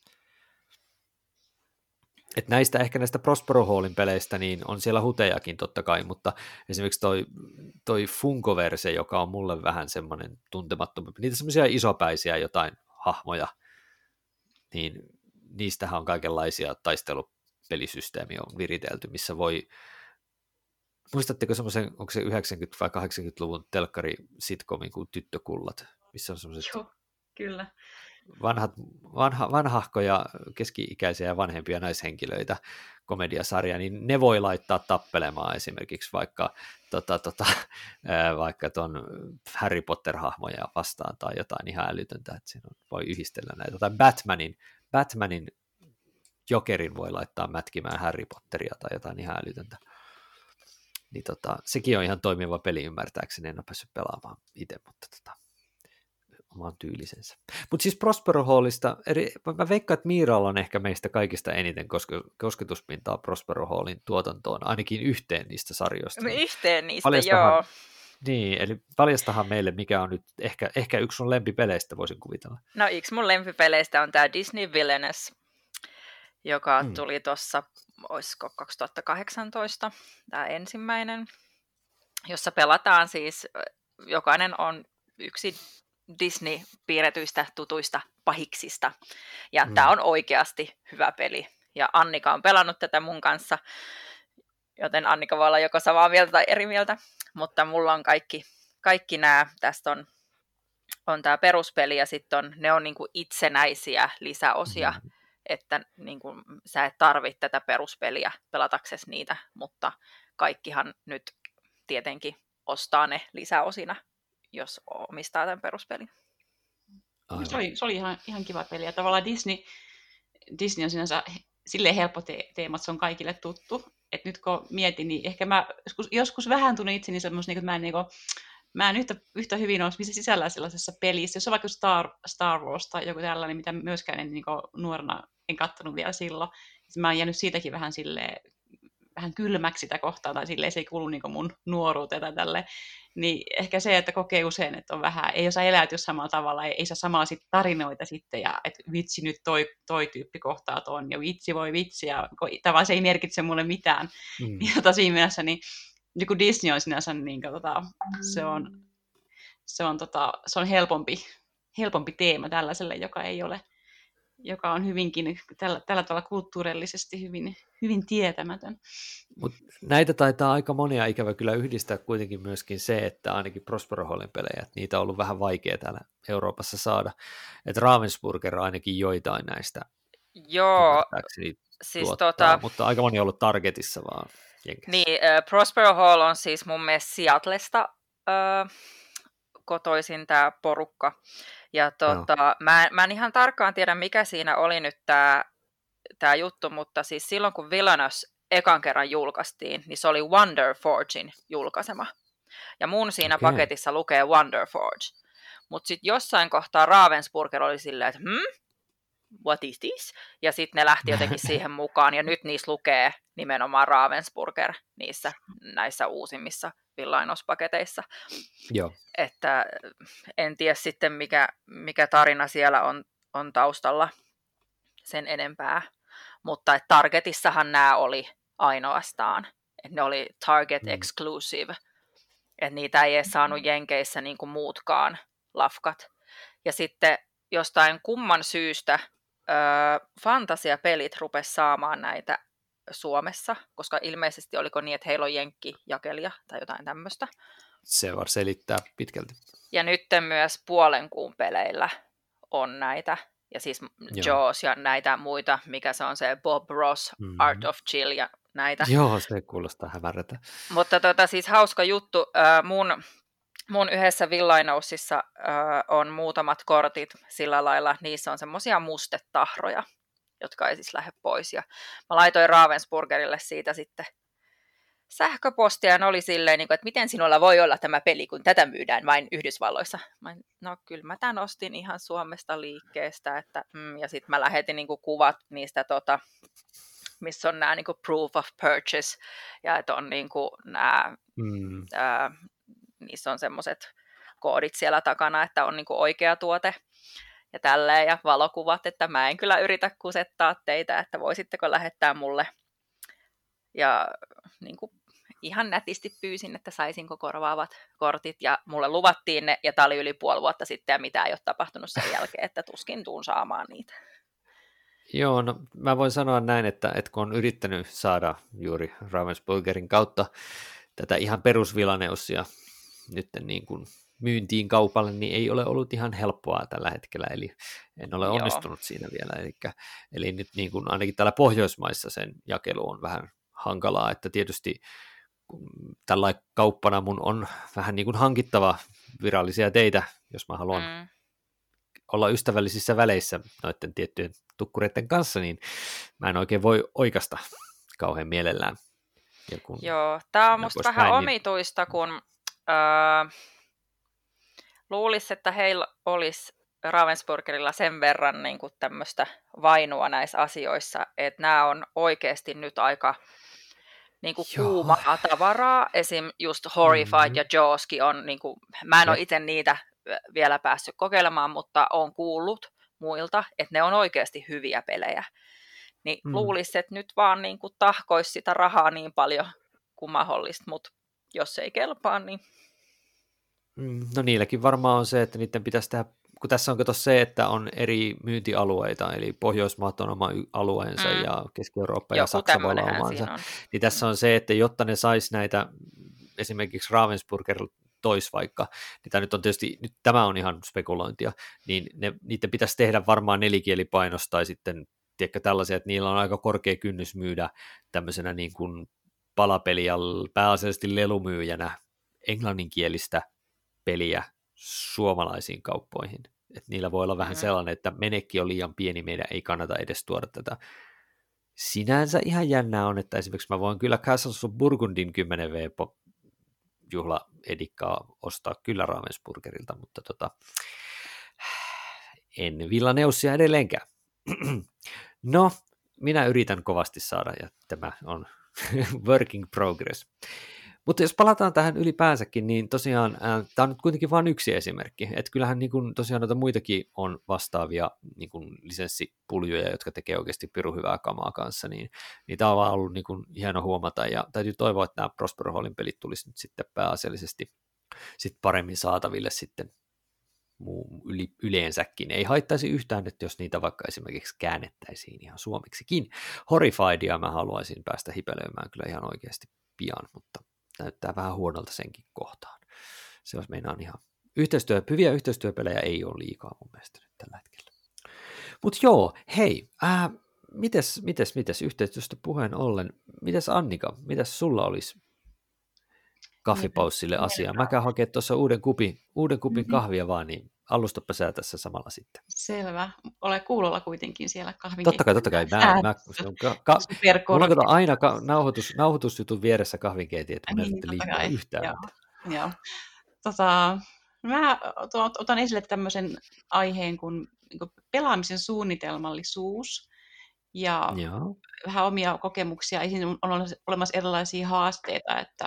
A: Et näistä ehkä näistä Prospero Hallin peleistä niin on siellä hutejakin totta kai, mutta esimerkiksi toi, toi Funkoverse, joka on mulle vähän semmoinen tuntemattomampi, niitä semmoisia isopäisiä jotain hahmoja, niin niistähän on kaikenlaisia taistelupelisysteemiä on viritelty, missä voi, muistatteko semmoisen, onko se yhdeksänkymmentä- vai kahdeksankymmentäluvun telkkari sitcomin kuin Tyttökullat, missä on semmoiset
C: Joo, kyllä.
A: vanhat, vanha, vanhahkoja, keski-ikäisiä ja vanhempia naishenkilöitä komediasarja, niin ne voi laittaa tappelemaan esimerkiksi vaikka, tota, tota, vaikka ton Harry Potter-hahmoja vastaan tai jotain ihan älytöntä, että siinä voi yhdistellä näitä. Tai Batmanin, Batmanin Jokerin voi laittaa mätkimään Harry Potteria tai jotain ihan älytöntä. Niin tota, sekin on ihan toimiva peli ymmärtääkseni, en ole päässyt pelaamaan itse, mutta tota, oman tyylisensä. Mutta siis Prospero Hallista, eri, mä veikkaan, että Miiralla on ehkä meistä kaikista eniten koske, kosketuspintaa Prospero Hallin tuotantoon, ainakin yhteen niistä sarjoista.
B: Yhteen niistä,
A: paljastahan,
B: joo.
A: Niin, eli paljastahan meille, mikä on nyt ehkä, ehkä yksi sun lempipeleistä, voisin kuvitella.
B: No yksi mun lempipeleistä on tämä Disney Villainous, joka
A: Hmm.
B: tuli tuossa, olisiko kaksituhattakahdeksantoista, tämä ensimmäinen, jossa pelataan siis, jokainen on yksi Disney-piirretyistä tutuista pahiksista, ja
A: Hmm.
B: tämä on oikeasti hyvä peli, ja Annika on pelannut tätä mun kanssa, joten Annika voi olla joko samaa mieltä tai eri mieltä, mutta mulla on kaikki, kaikki nämä, tästä on, on tämä peruspeli, ja sitten on, ne on niinku itsenäisiä lisäosia,
A: Hmm.
B: että niin kuin, sä et tarvitse tätä peruspeliä pelataksesi niitä, mutta kaikkihan nyt tietenkin ostaa ne lisäosina, jos omistaa tämän peruspelin.
A: Aivan.
C: Se oli, se oli ihan, ihan kiva peli. Ja tavallaan Disney, Disney on sinänsä silleen helppo te- teema, että se on kaikille tuttu. Et nyt kun mietin, niin ehkä mä joskus, joskus vähän tunnen itseni semmoista, niin että mä en, niin kuin, mä en yhtä, yhtä hyvin olisi missä sisällä sellaisessa pelissä. Jos on vaikka Star, Star Wars tai joku tällainen, mitä myöskään en niin kuin, nuorena en katsonut vielä silloin. Sitten mä oon jäänyt siitäkin vähän silleen, vähän kylmäksi sitä kohtaa, tai silleen se ei kuulu niin kuin mun nuoruuteen tai tälleen. Niin ehkä se, että kokee usein, että on vähän, ei osaa eläytyä samalla tavalla, ei, ei saa samalla sit tarinoita sitten, ja että vitsi nyt toi, toi tyyppi kohtaa ton, ja vitsi voi vitsi, ja tavallaan se ei merkitse mulle mitään.
A: Hmm.
C: Ja tota, siinä mielessä, niin, niin kuin Disney on sinänsä, niin kuin, tota, se on, se on, tota, se on helpompi, helpompi teema tällaiselle, joka ei ole, joka on hyvinkin tällä, tällä tavalla kulttuurillisesti hyvin, hyvin tietämätön.
A: Mut näitä taitaa aika monia ikävä kyllä yhdistää kuitenkin myöskin se, että ainakin Prospero Hallin pelejä, että niitä on ollut vähän vaikea täällä Euroopassa saada. Että Ravensburger ainakin joitain näistä
B: Joo,
A: ymmärtääkseni
B: siis
A: tuottaa,
B: tota,
A: mutta aika moni on ollut Targetissa vaan Jenkeissä.
B: niin, äh, Prospero Hall on siis mun mielestä Seattlesta äh, kotoisin tämä porukka. Ja tota, mä, mä en ihan tarkkaan tiedä, mikä siinä oli nyt tämä tää juttu, mutta siis silloin kun Villainous ekan kerran julkaistiin, niin se oli Wonder Forgein julkaisema. Ja mun siinä
A: Okei.
B: paketissa lukee Wonder Forge. Mutta sitten jossain kohtaa Ravensburger oli silleen, että hmm? What is this? Ja sitten ne lähti jotenkin siihen mukaan, ja nyt niissä lukee nimenomaan Ravensburger niissä näissä uusimmissa Villainous-paketeissa.
A: Joo.
B: Että en tiedä sitten, mikä, mikä tarina siellä on, on taustalla sen enempää. Mutta et Targetissahan nämä oli ainoastaan. Että ne oli Target
A: Mm.
B: exclusive. Että niitä ei edes saanut Jenkeissä niin kuin muutkaan lafkat. Ja sitten jostain kumman syystä öö, fantasiapelit rupesi saamaan näitä Suomessa, koska ilmeisesti oliko niin, että heillä on jenkkijakelija tai jotain tämmöistä.
A: Se var selittää pitkälti.
B: Ja nyt myös puolen kuun peleillä on näitä, ja siis
A: Joo.
B: Jaws ja näitä muita, mikä se on se Bob Ross,
A: Mm.
B: Art of Chill ja näitä.
A: Joo, se kuulostaa hämärältä.
B: Mutta tota, siis hauska juttu, äh, mun, mun yhdessä Villainousissa äh, on muutamat kortit sillä lailla, niissä on semmosia mustetahroja, jotka ei siis lähde pois. Ja mä laitoin Ravensburgerille siitä sitten, sähköpostia ja ne oli silleen, niin kuin, että miten sinulla voi olla tämä peli, kun tätä myydään vain Yhdysvalloissa. Mä, no kyllä mä tämän ostin ihan Suomesta liikkeestä. Että, mm, ja sitten mä lähetin niin kuin kuvat niistä, tota, missä on nämä niin kuin proof of purchase. Ja että on niin kuin nämä, mm. ää, niissä on semmoiset koodit siellä takana, että on niin kuin oikea tuote. Ja tälleen, ja valokuvat, että mä en kyllä yritä kusettaa teitä, että voisitteko lähettää mulle. Ja niin kuin, ihan nätisti pyysin, että saisinko korvaavat kortit, ja mulle luvattiin ne, ja tämä oli yli puoli vuotta sitten, ja mitään ei ole tapahtunut sen jälkeen, että tuskin tuun saamaan niitä.
A: Joo, no mä voin sanoa näin, että, että kun on yrittänyt saada juuri Ravensburgerin kautta tätä ihan perusvilaneussia nyt niin kuin myyntiin kaupalle, niin ei ole ollut ihan helppoa tällä hetkellä, eli en ole onnistunut Joo. siinä vielä. Eli, eli nyt niin kuin ainakin täällä Pohjoismaissa sen jakelu on vähän hankalaa, että tietysti tällä kauppana mun on vähän niin kuin hankittava virallisia teitä, jos mä haluan mm. olla ystävällisissä väleissä noiden tiettyjen tukkureiden kanssa, niin mä en oikein voi oikasta kauhean mielellään. Ja kun
B: Joo, tää on musta vähän näin, omituista, kun öö, luulisi, että heillä olisi Ravensburgerilla sen verran niin kuin tämmöistä vainua näissä asioissa, että nämä on oikeasti nyt aika niin kuin kuumaa tavaraa. Esim. Just Horrified mm-hmm. ja Jawskin on, niin kuin, mä en ole itse niitä vielä päässyt kokeilemaan, mutta olen kuullut muilta, että ne on oikeasti hyviä pelejä. Niin mm. luulisi, että nyt vaan niin kuin tahkoisi sitä rahaa niin paljon kuin mahdollista, mutta jos ei kelpaa, niin
A: No niilläkin varmaan on se, että niiden pitäisi tehdä, kun tässä on kato se, että on eri myyntialueita, eli Pohjoismaat on oma alueensa mm. ja Keski-Eurooppa ja Saksa voi olla omansa. Niin tässä on se, että jotta ne sais näitä, esimerkiksi Ravensburger tois vaikka, niin tämä nyt on tietysti, nyt tämä on ihan spekulointia, niin ne, niiden pitäisi tehdä varmaan nelikielipainos tai sitten, tiedätkö, tällaisia, että niillä on aika korkea kynnys myydä tämmöisenä niin kuin palapeliä, pääasiallisesti lelumyyjänä englanninkielistä peliä suomalaisiin kauppoihin. Et niillä voi olla vähän mm. sellainen, että menekki on liian pieni, meidän ei kannata edes tuoda tätä. Sinänsä ihan jännää on, että esimerkiksi mä voin kyllä Castles of Burgundin kymmenen V-juhlaedikkaa ostaa kyllä Ravensburgerilta, mutta tota, en Villaneussia edelleenkään. No, minä yritän kovasti saada, ja tämä on working progress. Mutta jos palataan tähän ylipäänsäkin, niin tosiaan äh, tämä on nyt kuitenkin vain yksi esimerkki, että kyllähän niin kun, tosiaan noita muitakin on vastaavia niin kun lisenssipuljuja, jotka tekee oikeasti pirun hyvää kamaa kanssa, niin, niin tämä on vaan ollut niin kun hieno huomata, ja täytyy toivoa, että nämä Prospero Hallin pelit tulisi nyt sitten pääasiallisesti sit paremmin saataville sitten muu yli, yleensäkin. Ei haittaisi yhtään, että jos niitä vaikka esimerkiksi käännettäisiin ihan suomeksikin. Horrifiedia mä haluaisin päästä hipelöimään kyllä ihan oikeasti pian, mutta näyttää vähän huonolta senkin kohtaan. Se olisi meinaan ihan yhteistyö, hyviä yhteistyöpelejä ei ole liikaa mun mielestä nyt tällä hetkellä. Mutta joo, hei, äh, mites, mites, mites yhteistyöstä puheen ollen, mites Annika, mitäs sulla olisi kahvipaussille asiaa? Mä käyn hakemaan tuossa uuden kupin, uuden kupin mm-hmm. kahvia vaan, niin alustappa sä tässä samalla sitten.
C: Selvä. Ole kuulolla kuitenkin siellä kahvin.
A: Totta kai, totta kai. Mä, mä, ka, ka, mulla on kato aina ka, nauhoitus, nauhoitusjutun vieressä kahvinkeitin, että mun ei niin, liikkua yhtään
C: joo, joo. Tota, mä otan esille tämmöisen aiheen kuin, niin kuin pelaamisen suunnitelmallisuus ja joo. vähän omia kokemuksia. On olemassa erilaisia haasteita, että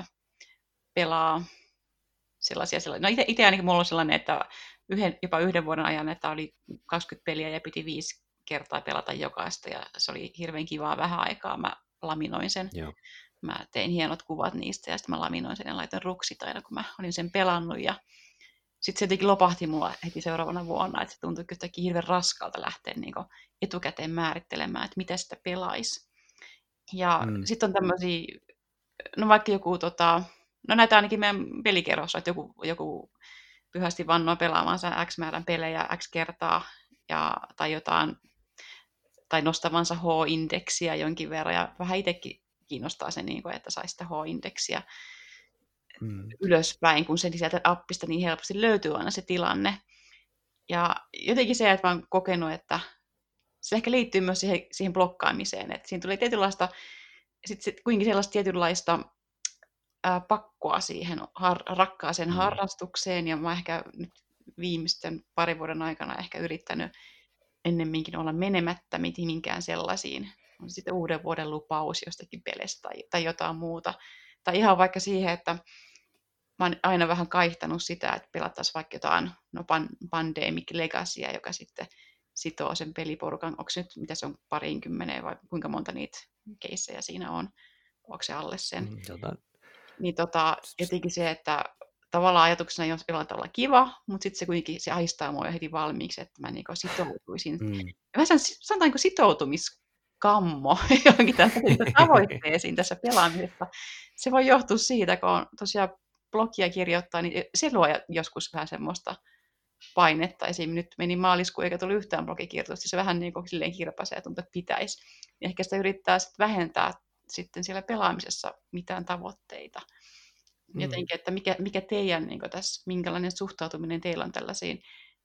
C: pelaa sellaisia, sellaisia. No itse, itse ainakin mulla on sellainen, että yhden, jopa yhden vuoden ajan, että oli kaksikymmentä peliä ja piti viisi kertaa pelata jokaista ja se oli hirveän kivaa vähän aikaa. Mä laminoin sen. Joo. Mä tein hienot kuvat niistä ja sitten mä laminoin sen ja laitoin ruksit aina, kun mä olin sen pelannut. Ja sitten se jotenkin lopahti mulla heti seuraavana vuonna, että se tuntui jotenkin hirveän raskalta lähteä niin kuin etukäteen määrittelemään, että mitä sitä pelaisi. Ja mm. sitten on tämmöisiä, no vaikka joku, tota, no näitä ainakin meidän pelikerhossa, että joku, joku pyhästi vannoo pelaavansa X määrän pelejä X kertaa ja, tai jotain, tai nostavansa H-indeksiä jonkin verran, ja vähän itsekin kiinnostaa se, niin kuin, että saisi sitä H-indeksiä mm. ylöspäin, kun se sieltä appista niin helposti löytyy aina se tilanne. Ja jotenkin se, että mä oon kokenut, että se ehkä liittyy myös siihen, siihen blokkaamiseen, että siinä tulee tietynlaista, sit, sit, kuitenkin sellaista tietynlaista ää, pakkoa siihen har- rakkaaseen
A: Mm.
C: harrastukseen, ja mä ehkä nyt viimeisten parin vuoden aikana ehkä yrittänyt ennemminkin olla menemättä mihinkään sellaisiin. On sitten uuden vuoden lupaus jostakin pelestä tai, tai jotain muuta. Tai ihan vaikka siihen, että mä oon aina vähän kaihtanut sitä, että pelattaisiin vaikka jotain no Pan- Pandemic Legacya, joka sitten sitoo sen peliporukan. Onko se nyt, mitä se on, pariinkymmeneen vai kuinka monta niitä keissejä siinä on? Onko se alle sen?
A: Mm, jotain.
C: Niin tota, jotenkin se, että tavallaan ajatuksena ei ole jollain tavalla kiva, mutta sitten se kuitenkin se ahistaa mua jo heti valmiiksi, että mä niinku sitoutuisin.
A: Mm.
C: Mä sanon, sanotaan niin sitoutumiskammo johonkin tämmöisiin tavoitteisiin tässä pelaamisessa. Se voi johtua siitä, kun on tosiaan blogia kirjoittaa, niin se luo joskus vähän semmoista painetta. Esim. Nyt meni maaliskuun eikä tullut yhtään blogikirjoitusta, se vähän niin kuin silleen kirpaisee ja tuntuu, että pitäisi. Ehkä sitä yrittää sitten vähentää sitten siellä pelaamisessa mitään tavoitteita.
A: Mm.
C: Jotenkin, että mikä, mikä teidän niin tässä, minkälainen suhtautuminen teillä on tällaisiin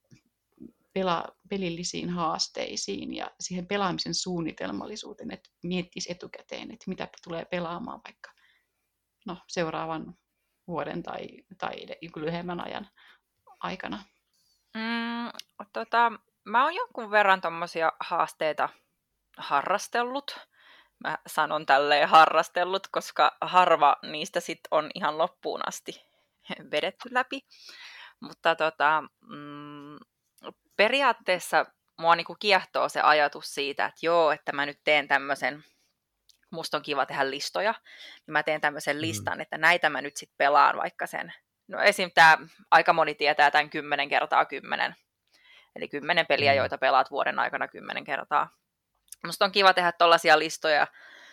C: pela, pelillisiin haasteisiin ja siihen pelaamisen suunnitelmallisuuteen, että miettisi etukäteen, että mitä tulee pelaamaan vaikka no, seuraavan vuoden tai, tai lyhyemmän ajan aikana.
B: Mm, tota, mä oon jonkun verran tommosia haasteita harrastellut. Mä sanon tälleen harrastellut, koska harva niistä sit on ihan loppuun asti vedetty läpi. Mutta tota, mm, periaatteessa mua niinku kiehtoo se ajatus siitä, että joo, että mä nyt teen tämmöisen, musta on kiva tehdä listoja, niin mä teen tämmöisen listan, mm. että näitä mä nyt sit pelaan vaikka sen. No esim. Tää, aika moni tietää tämän kymmenen kertaa kymmenen. Eli kymmenen peliä, mm. joita pelaat vuoden aikana kymmenen kertaa. Musta on kiva tehdä tollaisia listoja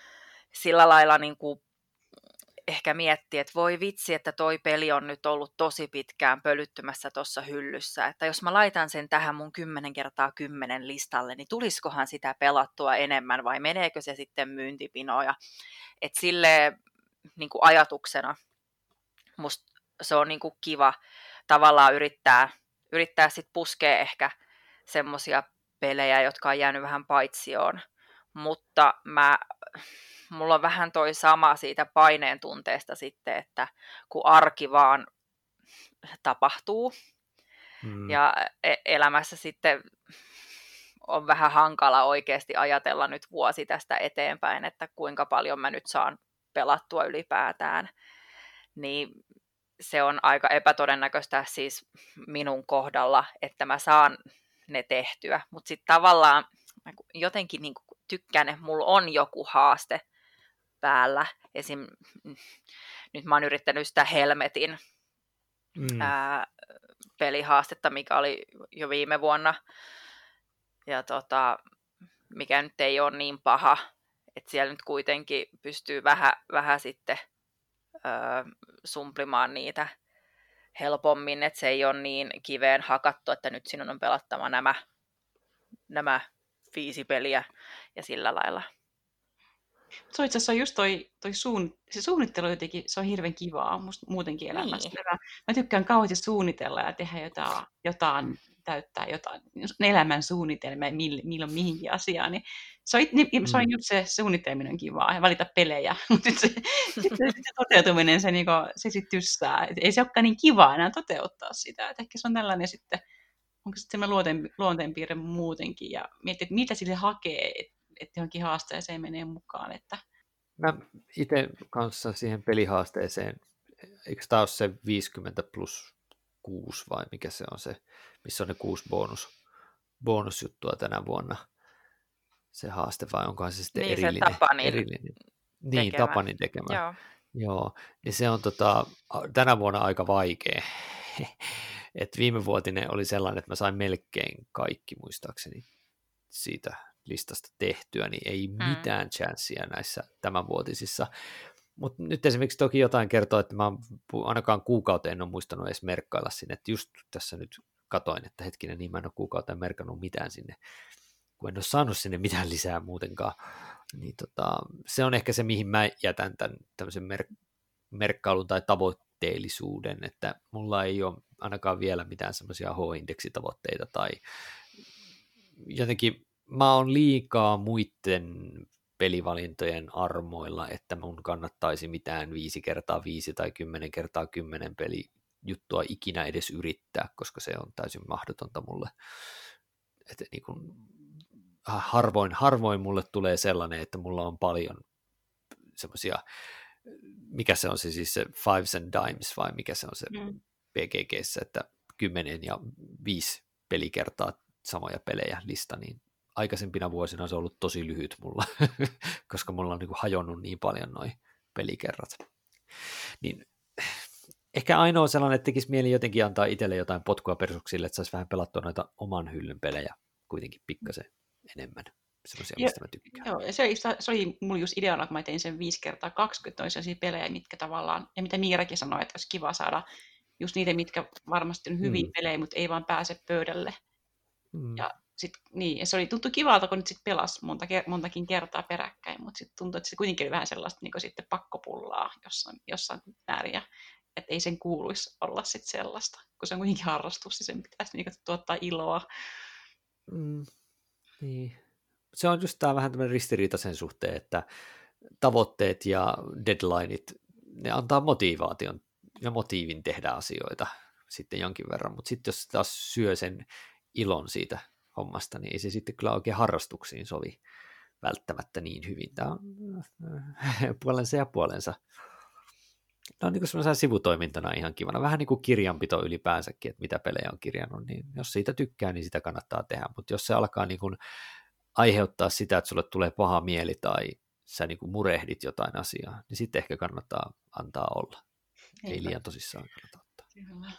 B: sillä lailla niin kuin ehkä miettiä, että voi vitsi, että toi peli on nyt ollut tosi pitkään pölyttymässä tuossa hyllyssä, että jos mä laitan sen tähän mun kymmenen kertaa kymmenen listalle, niin tulisikohan sitä pelattua enemmän vai meneekö se sitten myyntipinoja. Että silleen niin kuin ajatuksena musta se on niin kuin kiva tavallaan yrittää, yrittää sit puskea ehkä semmosia pelejä, jotka on jäänyt vähän paitsioon, mutta mä, mulla on vähän toi sama siitä paineen tunteesta sitten, että kun arki vaan tapahtuu mm. ja elämässä sitten on vähän hankala oikeasti ajatella nyt vuosi tästä eteenpäin, että kuinka paljon mä nyt saan pelattua ylipäätään, niin se on aika epätodennäköistä siis minun kohdalla, että mä saan ne tehtyä, mutta sitten tavallaan jotenkin niin tykkään, että mulla on joku haaste päällä. Esim. Nyt mä oon yrittänyt sitä Helmetin mm. ää, pelihaastetta, mikä oli jo viime vuonna, ja tota, mikä nyt ei ole niin paha, että siellä nyt kuitenkin pystyy vähän, vähän sitten ää, sumplimaan niitä helpommin, että se ei ole niin kiveen hakattu, että nyt sinun on pelattava nämä, nämä viisi peliä ja sillä lailla.
C: Se on itse asiassa just toi, toi suun, se suunnittelu jotenkin, se on hirveän kivaa musta muutenkin elämässä. Niin. Mä tykkään kauheasti suunnitella ja tehdä jotain, jotain täyttää jotain elämän suunnitelmia, milloin mihinkin asiaan. Niin se on, niin, se on just se suunnitteleminen on kivaa ja valita pelejä, mutta se, se, se toteutuminen, se, niinku, se sitten tyssää. Et ei se olekaan niin kivaa enää toteuttaa sitä. Et ehkä se on tällainen sitten, onko se semmoinen luonteen, luonteenpiirre muutenkin ja miettiä, että mitä sille hakee, että johonkin haasteeseen menee mukaan. Että...
A: Mä itse kanssa siihen pelihaasteeseen, eikö tämä ole se viisikymmentä plus kuusi vai mikä se on se, missä on ne kuusi bonus, bonusjuttua tänä vuonna, se haaste vai onkohan se sitten
B: niin,
A: erillinen?
B: Se Tapanin
A: erillinen. Niin,
B: tekemä.
A: Tapanin tekemä.
B: Joo.
A: Joo, niin se on tota, tänä vuonna aika vaikea. Et viime vuotinen oli sellainen, että mä sain melkein kaikki muistaakseni siitä listasta tehtyä, niin ei mitään mm. chanssia näissä tämänvuotisissa. Mutta nyt esimerkiksi toki jotain kertoo, että mä ainakaan kuukauteen en ole muistanut edes merkkailla sinne, että just tässä nyt katoin, että hetkinen, niin mä en ole kuukauteen merkannut mitään sinne, kun en ole saanut sinne mitään lisää muutenkaan. Niin tota, se on ehkä se, mihin mä jätän tämän tämmöisen mer- merkkailun tai tavoitteellisuuden, että mulla ei ole ainakaan vielä mitään semmoisia H-indeksitavoitteita tai jotenkin mä oon liikaa muiden pelivalintojen armoilla, että mun kannattaisi mitään viisi kertaa viisi tai kymmenen kertaa kymmenen pelijuttua ikinä edes yrittää, koska se on täysin mahdotonta mulle. Että niin kun, harvoin, harvoin mulle tulee sellainen, että mulla on paljon semmoisia, mikä se on se siis se fives and dimes vai mikä se on se mm. P G G:ssä, että kymmenen ja viisi pelikertaa samoja pelejä lista, niin aikaisempina vuosina se on ollut tosi lyhyt mulla, koska mulla on niin kuin hajonnut niin paljon noi pelikerrat. Niin ehkä ainoa sellainen, että tekisi mieli jotenkin antaa itselle jotain potkua persuksille, että saisi vähän pelattua noita oman hyllyn pelejä kuitenkin pikkasen enemmän. Sellaisia, mistä mä tykkään.
C: Joo, se oli, se oli mulla just ideana, kun mä tein sen viisi kertaa kaksikymmentä, oli sellaisia pelejä, mitkä tavallaan, ja mitä Miirakin sanoi, että olisi kiva saada just niitä, mitkä varmasti on hyviä mm. pelejä, mutta ei vaan pääse pöydälle. Mm. Ja sit, niin, ja se oli tuntu kivalta, kun nyt sit pelasi monta, montakin kertaa peräkkäin, mutta sitten tuntui, että se kuitenkin oli vähän sellaista niin sitten pakkopullaa jossain, jossain määrin, ja että ei sen kuuluisi olla sit sellaista, kun se on kuitenkin harrastus, ja sen pitäisi niin tuottaa iloa.
A: Mm. Niin. Se on just tämä vähän tämmöinen ristiriita sen suhteen, että tavoitteet ja deadlineit, ne antaa motivaation ja motiivin tehdä asioita sitten jonkin verran, mutta sitten jos taas syö sen ilon siitä hommasta, niin ei se sitten kyllä oikein harrastuksiin sovi välttämättä niin hyvin. Tämä on puolensa ja puolensa. Tämä on niin kuin semmoisena sivutoimintana ihan kivana. Vähän niin kuin kirjanpito ylipäänsäkin, että mitä pelejä on kirjannut, niin jos siitä tykkää, niin sitä kannattaa tehdä. Mutta jos se alkaa niin kuin aiheuttaa sitä, että sulle tulee paha mieli tai sä niin kuin murehdit jotain asiaa, niin sitten ehkä kannattaa antaa olla. Eipä. Ei liian tosissaan kannata ottaa. Kyllä.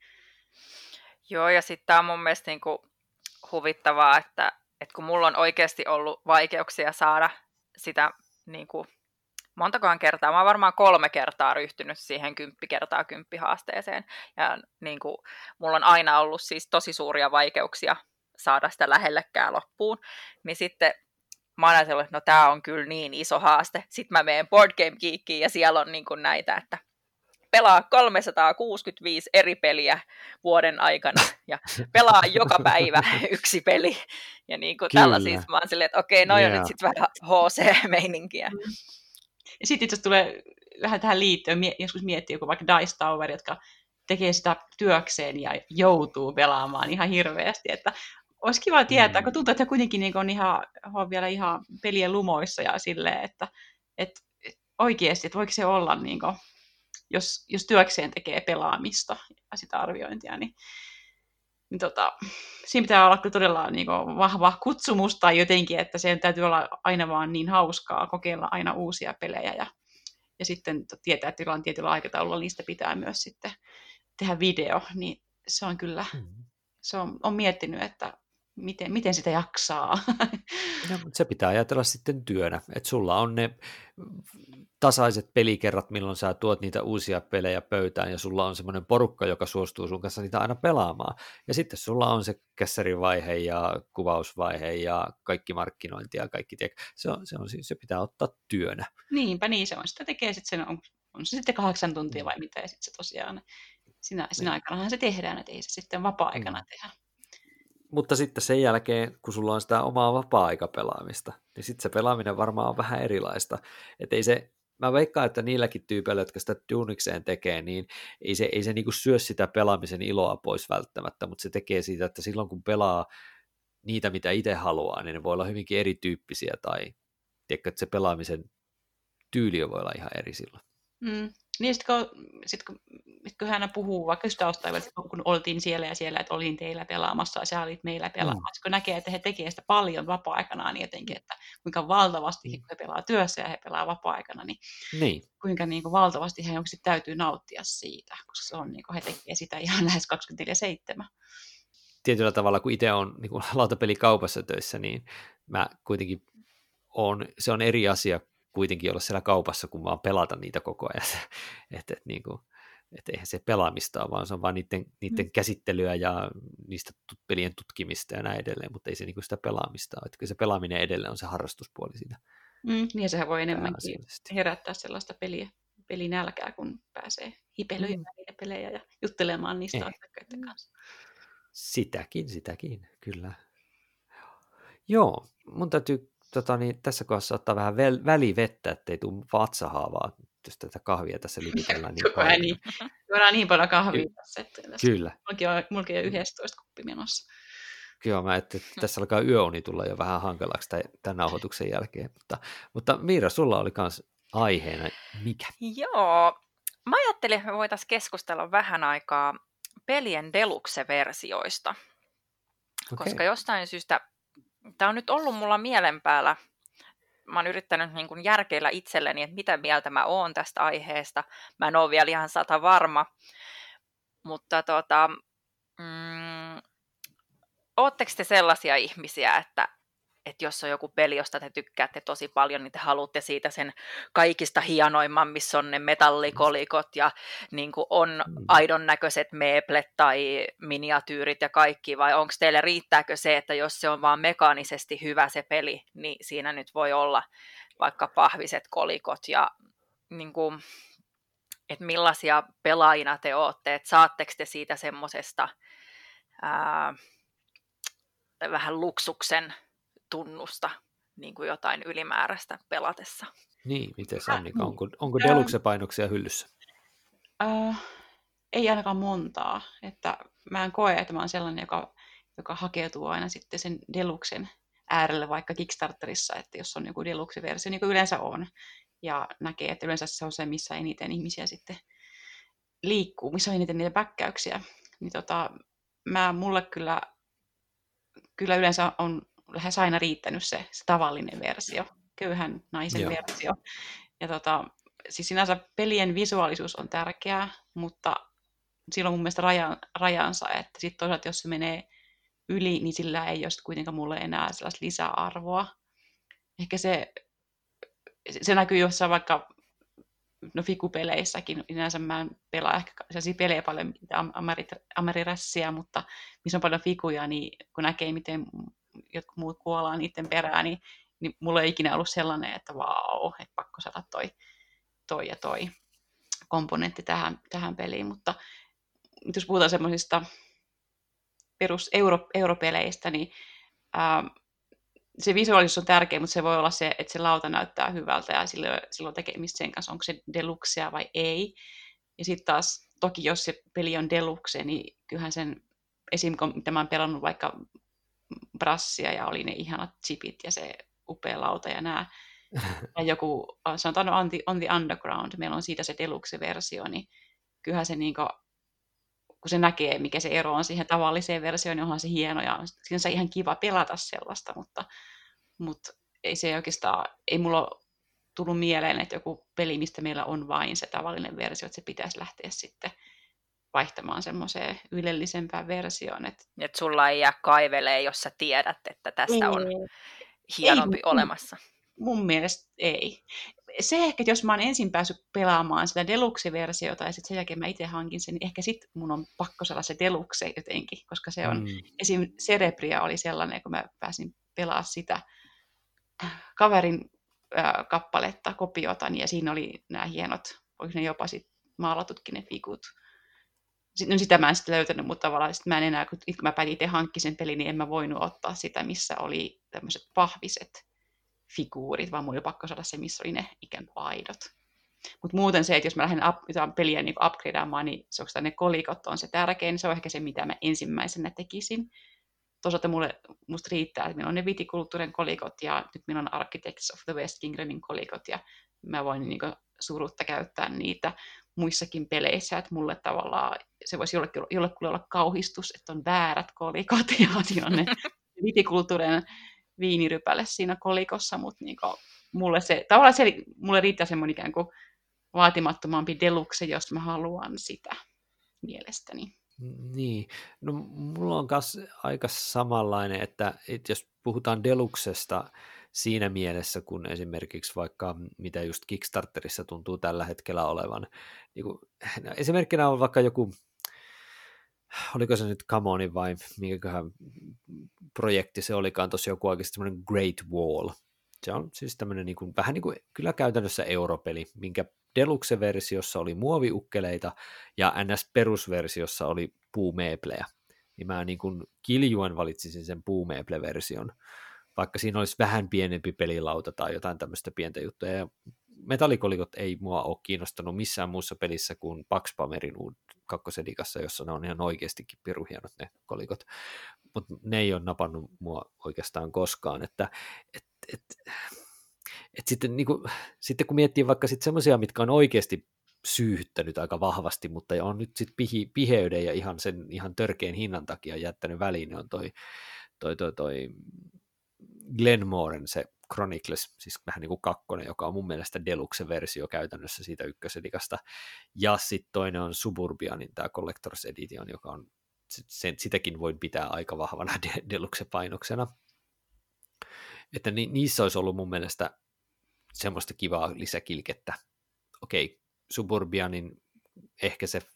B: Joo, ja sitten tämä on mun mielestä niinku huvittavaa, että, että kun mulla on oikeasti ollut vaikeuksia saada sitä niinku, montakohan kertaa, mä oon varmaan kolme kertaa ryhtynyt siihen kymppi kertaa kymppi haasteeseen, ja niinku, mulla on aina ollut siis tosi suuria vaikeuksia saada sitä lähellekään loppuun, niin sitten mä oon ajatellut, että no tää on kyllä niin iso haaste. Sitten mä menen Board Game Geekiin ja siellä on niin kuin näitä, että pelaa kolmesataakuusikymmentäviisi eri peliä vuoden aikana ja pelaa joka päivä yksi peli. Ja niin kuin tällaisissa mä oon silleen, että okei, noi yeah. on nyt sitten vähän H C-meininkiä.
C: Ja sitten itse tulee vähän tähän liittyen, joskus miettii joku vaikka Dice Tower, jotka tekee sitä työkseen ja joutuu pelaamaan ihan hirveästi, että olisi kiva tietää, mm. kun tuntuu, että kuitenkin niin on, ihan, on vielä ihan pelien lumoissa ja silleen, että, että oikeasti, että voiko se olla, niin kuin, jos, jos työkseen tekee pelaamista ja sitä arviointia, niin, niin tota, siinä pitää olla todella niin kuin, vahva kutsumus tai jotenkin, että sen täytyy olla aina vaan niin hauskaa kokeilla aina uusia pelejä ja, ja sitten tietää, että on tietyllä aikataululla niistä pitää myös sitten tehdä video, niin se on kyllä, mm. se on, on miettinyt, että Miten, miten sitä jaksaa?
A: No, se pitää ajatella sitten työnä, että sulla on ne tasaiset pelikerrat, milloin sä tuot niitä uusia pelejä pöytään, ja sulla on semmoinen porukka, joka suostuu sun kanssa niitä aina pelaamaan. Ja sitten sulla on se kässärivaihe ja kuvausvaihe ja kaikki markkinointi ja kaikki, se, on, se, on, se pitää ottaa työnä.
C: Niinpä niin, se on. Sitä tekee sitten sen, on, on se sitten kahdeksan tuntia vai mitä, ja sitten se tosiaan, sinä, sinä aikanahan se tehdään, että ei se sitten vapaa-aikana mm. tehdä.
A: Mutta sitten sen jälkeen, kun sulla on sitä omaa vapaa-aikapelaamista, niin sitten se pelaaminen varmaan on vähän erilaista. Et ei se, mä veikkaan, että niilläkin tyypeillä, jotka sitä duunikseen tekee, niin ei se, ei se niinku syö sitä pelaamisen iloa pois välttämättä, mutta se tekee siitä, että silloin kun pelaa niitä, mitä itse haluaa, niin ne voi olla hyvinkin erityyppisiä, tai tiedätkö, että se pelaamisen tyyli voi olla ihan eri silloin.
C: Mm. Niin sitten kun, sit, kun, kun hän puhuu vaikka taustaivalla, kun oltiin siellä ja siellä, että olin teillä pelaamassa ja sä olit meillä pelaamassa, mm. kun näkee, että he tekevät sitä paljon vapaa-aikanaan, niin jotenkin, että kuinka valtavasti he pelaa työssä ja he pelaa vapaa-aikana, niin, niin. kuinka niin kuin valtavasti he onkin täytyy nauttia siitä, koska se on, niin kuin he tekevät sitä ihan lähes kaksikymmentäneljä seitsemän.
A: Tietyllä tavalla, kun itse olen niin lautapelikaupassa töissä, niin mä kuitenkin on, se on eri asia kuitenkin olla siellä kaupassa, kun vaan pelata niitä koko ajan. Että et, niin et eihän se pelaamista ole, vaan se on vaan niiden, niiden mm. käsittelyä ja niistä pelien tutkimista ja näin edelleen, mutta ei se niin sitä pelaamista ole. Että se pelaaminen edelleen on se harrastuspuoli siinä.
C: Mm, niin sehän voi enemmänkin herättää sellaista peliä, pelinälkää, kun pääsee hipelöimään mm. niitä pelejä ja juttelemaan niistä asiakkaiden kanssa.
A: Sitäkin, sitäkin, kyllä. Joo, mun täytyy tota, niin, tässä kohdassa ottaa vähän väl- välivettä, ettei tule vatsahaavaa, jos tätä kahvia tässä lipitellään niin
C: Koko ajan
A: paljon.
C: niin, juodaan niin paljon kahvia
A: Ky-
C: tässä, että tässä
A: Kyllä.
C: mullakin on, mullakin on yksitoista kuppi menossa.
A: Kyllä, mä että tässä alkaa yöuni tulla jo vähän hankalaksi tämän, tämän nauhoituksen jälkeen. Mutta, mutta Miira, sulla oli myös aiheena mikä?
B: Joo, mä ajattelin, että me voitaisiin keskustella vähän aikaa pelien deluxe-versioista,
A: Okei.
B: koska jostain syystä, tämä on nyt ollut mulla mielen päällä, mä oon yrittänyt niin kuin järkeillä itselleni, että mitä mieltä mä oon tästä aiheesta, mä en ole vielä ihan sata varma, mutta tota, mm, ootteko te sellaisia ihmisiä, että että jos on joku peli, josta te tykkäätte tosi paljon, niin te haluatte siitä sen kaikista hienoimman, missä on ne metallikolikot ja niin kuin on aidon näköiset meeplet tai miniatyyrit ja kaikki, vai onko teille, riittääkö se, että jos se on vaan mekaanisesti hyvä se peli, niin siinä nyt voi olla vaikka pahviset kolikot ja niin kuin, että millaisia pelaajina te ootte, että saatteko te siitä semmosesta ää, vähän luksuksen tunnusta niin kuin jotain ylimääräistä pelatessa.
A: Niin, miten Annika, onko, onko deluxe-painoksia hyllyssä?
C: Äh, ei ainakaan montaa. Että mä en koe, että mä oon sellainen, joka, joka hakeutuu aina sitten sen deluxen äärelle vaikka Kickstarterissa, että jos on joku deluxe-versio, niin kuin yleensä on, ja näkee, että yleensä se on se, missä eniten ihmisiä sitten liikkuu, missä on eniten niitä bäkkäyksiä. Niin tota, mä, mulle kyllä, kyllä yleensä on lähes aina riittänyt se, se tavallinen versio, köyhän naisen Joo. versio. Ja tota, siis sinänsä pelien visuaalisuus on tärkeää, mutta sillä on mun mielestä rajan, rajansa, että sitten toisaalta jos se menee yli, niin sillä ei ole kuitenkaan mulle enää sellaista lisäarvoa. Ehkä se, se näkyy jossain vaikka no fikupeleissäkin, yleensä mä en pelaa ehkä sellaisia pelejä paljon, Amerirässiä, mutta missä on paljon fikuja, niin kun näkee, miten jotkut muut kuollaan niiden perään, niin, niin mulla ei ikinä ollut sellainen, että vau, että pakko saada toi, toi ja toi komponentti tähän, tähän peliin, mutta jos puhutaan semmoisista perus euro, europeleistä, niin ää, se visuaalisuus on tärkeä, mutta se voi olla se, että se lauta näyttää hyvältä ja silloin, silloin tekemistä sen kanssa, onko se deluxea vai ei. Ja sitten taas, toki jos se peli on deluxe, niin kyllähän sen, esim. Mitä mä oon pelannut vaikka Brassia ja oli ne ihanat chipit ja se upea lauta ja nää. Ja joku, sanotaan on the, on the Underground, meillä on siitä se deluxe-versio, niin kyllähän se niinku, kun se näkee, mikä se ero on siihen tavalliseen versioon, niin onhan se hieno ja siinä on ihan kiva pelata sellaista, mutta, mutta ei se oikeastaan, ei mulla ole tullut mieleen, että joku peli, mistä meillä on vain se tavallinen versio, että se pitäisi lähteä sitten vaihtamaan semmoiseen ylellisempään versioon. Että
B: Et sulla ei jää kaivelee, jos sä tiedät, että tästä on hienompi ei, olemassa.
C: Mun mielestä ei. Se ehkä, jos mä oon ensin päässyt pelaamaan sitä deluxe-versiota ja sitten sen jälkeen mä itse hankin sen, niin ehkä sitten mun on pakko saada se deluxe jotenkin, koska se on, mm. esim. Cerebria oli sellainen, kun mä pääsin pelaamaan sitä kaverin äh, kappaletta, kopiota, ja siinä oli nämä hienot, oliko ne jopa sit maalatutkin ne fikut. No sitä mä en sitten löytänyt, mutta tavallaan sit mä en enää, kun mä päätin itse hankkia sen pelin, niin en mä voinut ottaa sitä, missä oli tämmöiset pahviset figuurit, vaan mun oli pakko saada se, missä oli ne ikään kuin aidot. Mutta muuten se, että jos mä lähden up, peliä niin upgradeaamaan, niin se onko ne kolikot on se tärkein, niin se on ehkä se, mitä mä ensimmäisenä tekisin. Toisaalta mulle, musta riittää, että meillä on ne vitikulttuurin kolikot ja nyt meillä on Architects of the West Kingdomin kolikot ja mä voin niin kuin surutta käyttää niitä muissakin peleissä, että mulle tavallaan se voisi jollekin, jollekulle olla kauhistus, että on väärät kolikot ja siinä on ne vitikulttuurin viinirypäle siinä kolikossa, mutta niin kuin mulle, se, tavallaan se, mulle riittää semmoinen ikään kuin vaatimattomampi deluxe, jos mä haluan sitä mielestäni.
A: Niin, no mulla on myös aika samanlainen, että, että jos puhutaan deluxesta siinä mielessä, kun esimerkiksi vaikka mitä just Kickstarterissa tuntuu tällä hetkellä olevan, niin kuin, no esimerkkinä on vaikka joku, oliko se nyt Camonin vai minkäköhän projekti se olikaan tuossa joku oikeasti semmoinen Great Wall. Se on siis tämmöinen niin kuin, vähän niin kuin kyllä käytännössä europeli, minkä deluxe-versiossa oli muoviukkeleita ja N S-perusversiossa oli puumeeplejä. Niin mä niin kuin kiljuen valitsisin sen puumeeple-version, vaikka siinä olisi vähän pienempi pelilauta tai jotain tämmöistä pientä juttuja. Ja metallikolikot ei mua ole kiinnostanut missään muussa pelissä kuin Pax Pammerin kakkosedikassa, jossa ne on ihan oikeastikin piruhienot ne kolikot, mutta ne ei ole napannut mua oikeastaan koskaan, että et, et, et sitten, niin kuin, sitten kun miettii vaikka sitten semmoisia, mitkä on oikeasti syyhyttänyt aika vahvasti, mutta on nyt sitten pihi, piheyden ja ihan sen ihan törkeän hinnan takia jättänyt väliin, niin on toi, toi, toi, toi Glenmoren se Chronicles, siis vähän niin kuin kakkonen, joka on mun mielestä Deluxe-versio käytännössä siitä ykkösedikasta, ja sitten toinen on Suburbianin tämä Collector's Edition, joka on, sen, sitäkin voin pitää aika vahvana Deluxe-painoksena, että ni, niissä olisi ollut mun mielestä semmoista kivaa lisäkilkettä. Okei, Suburbianin ehkä se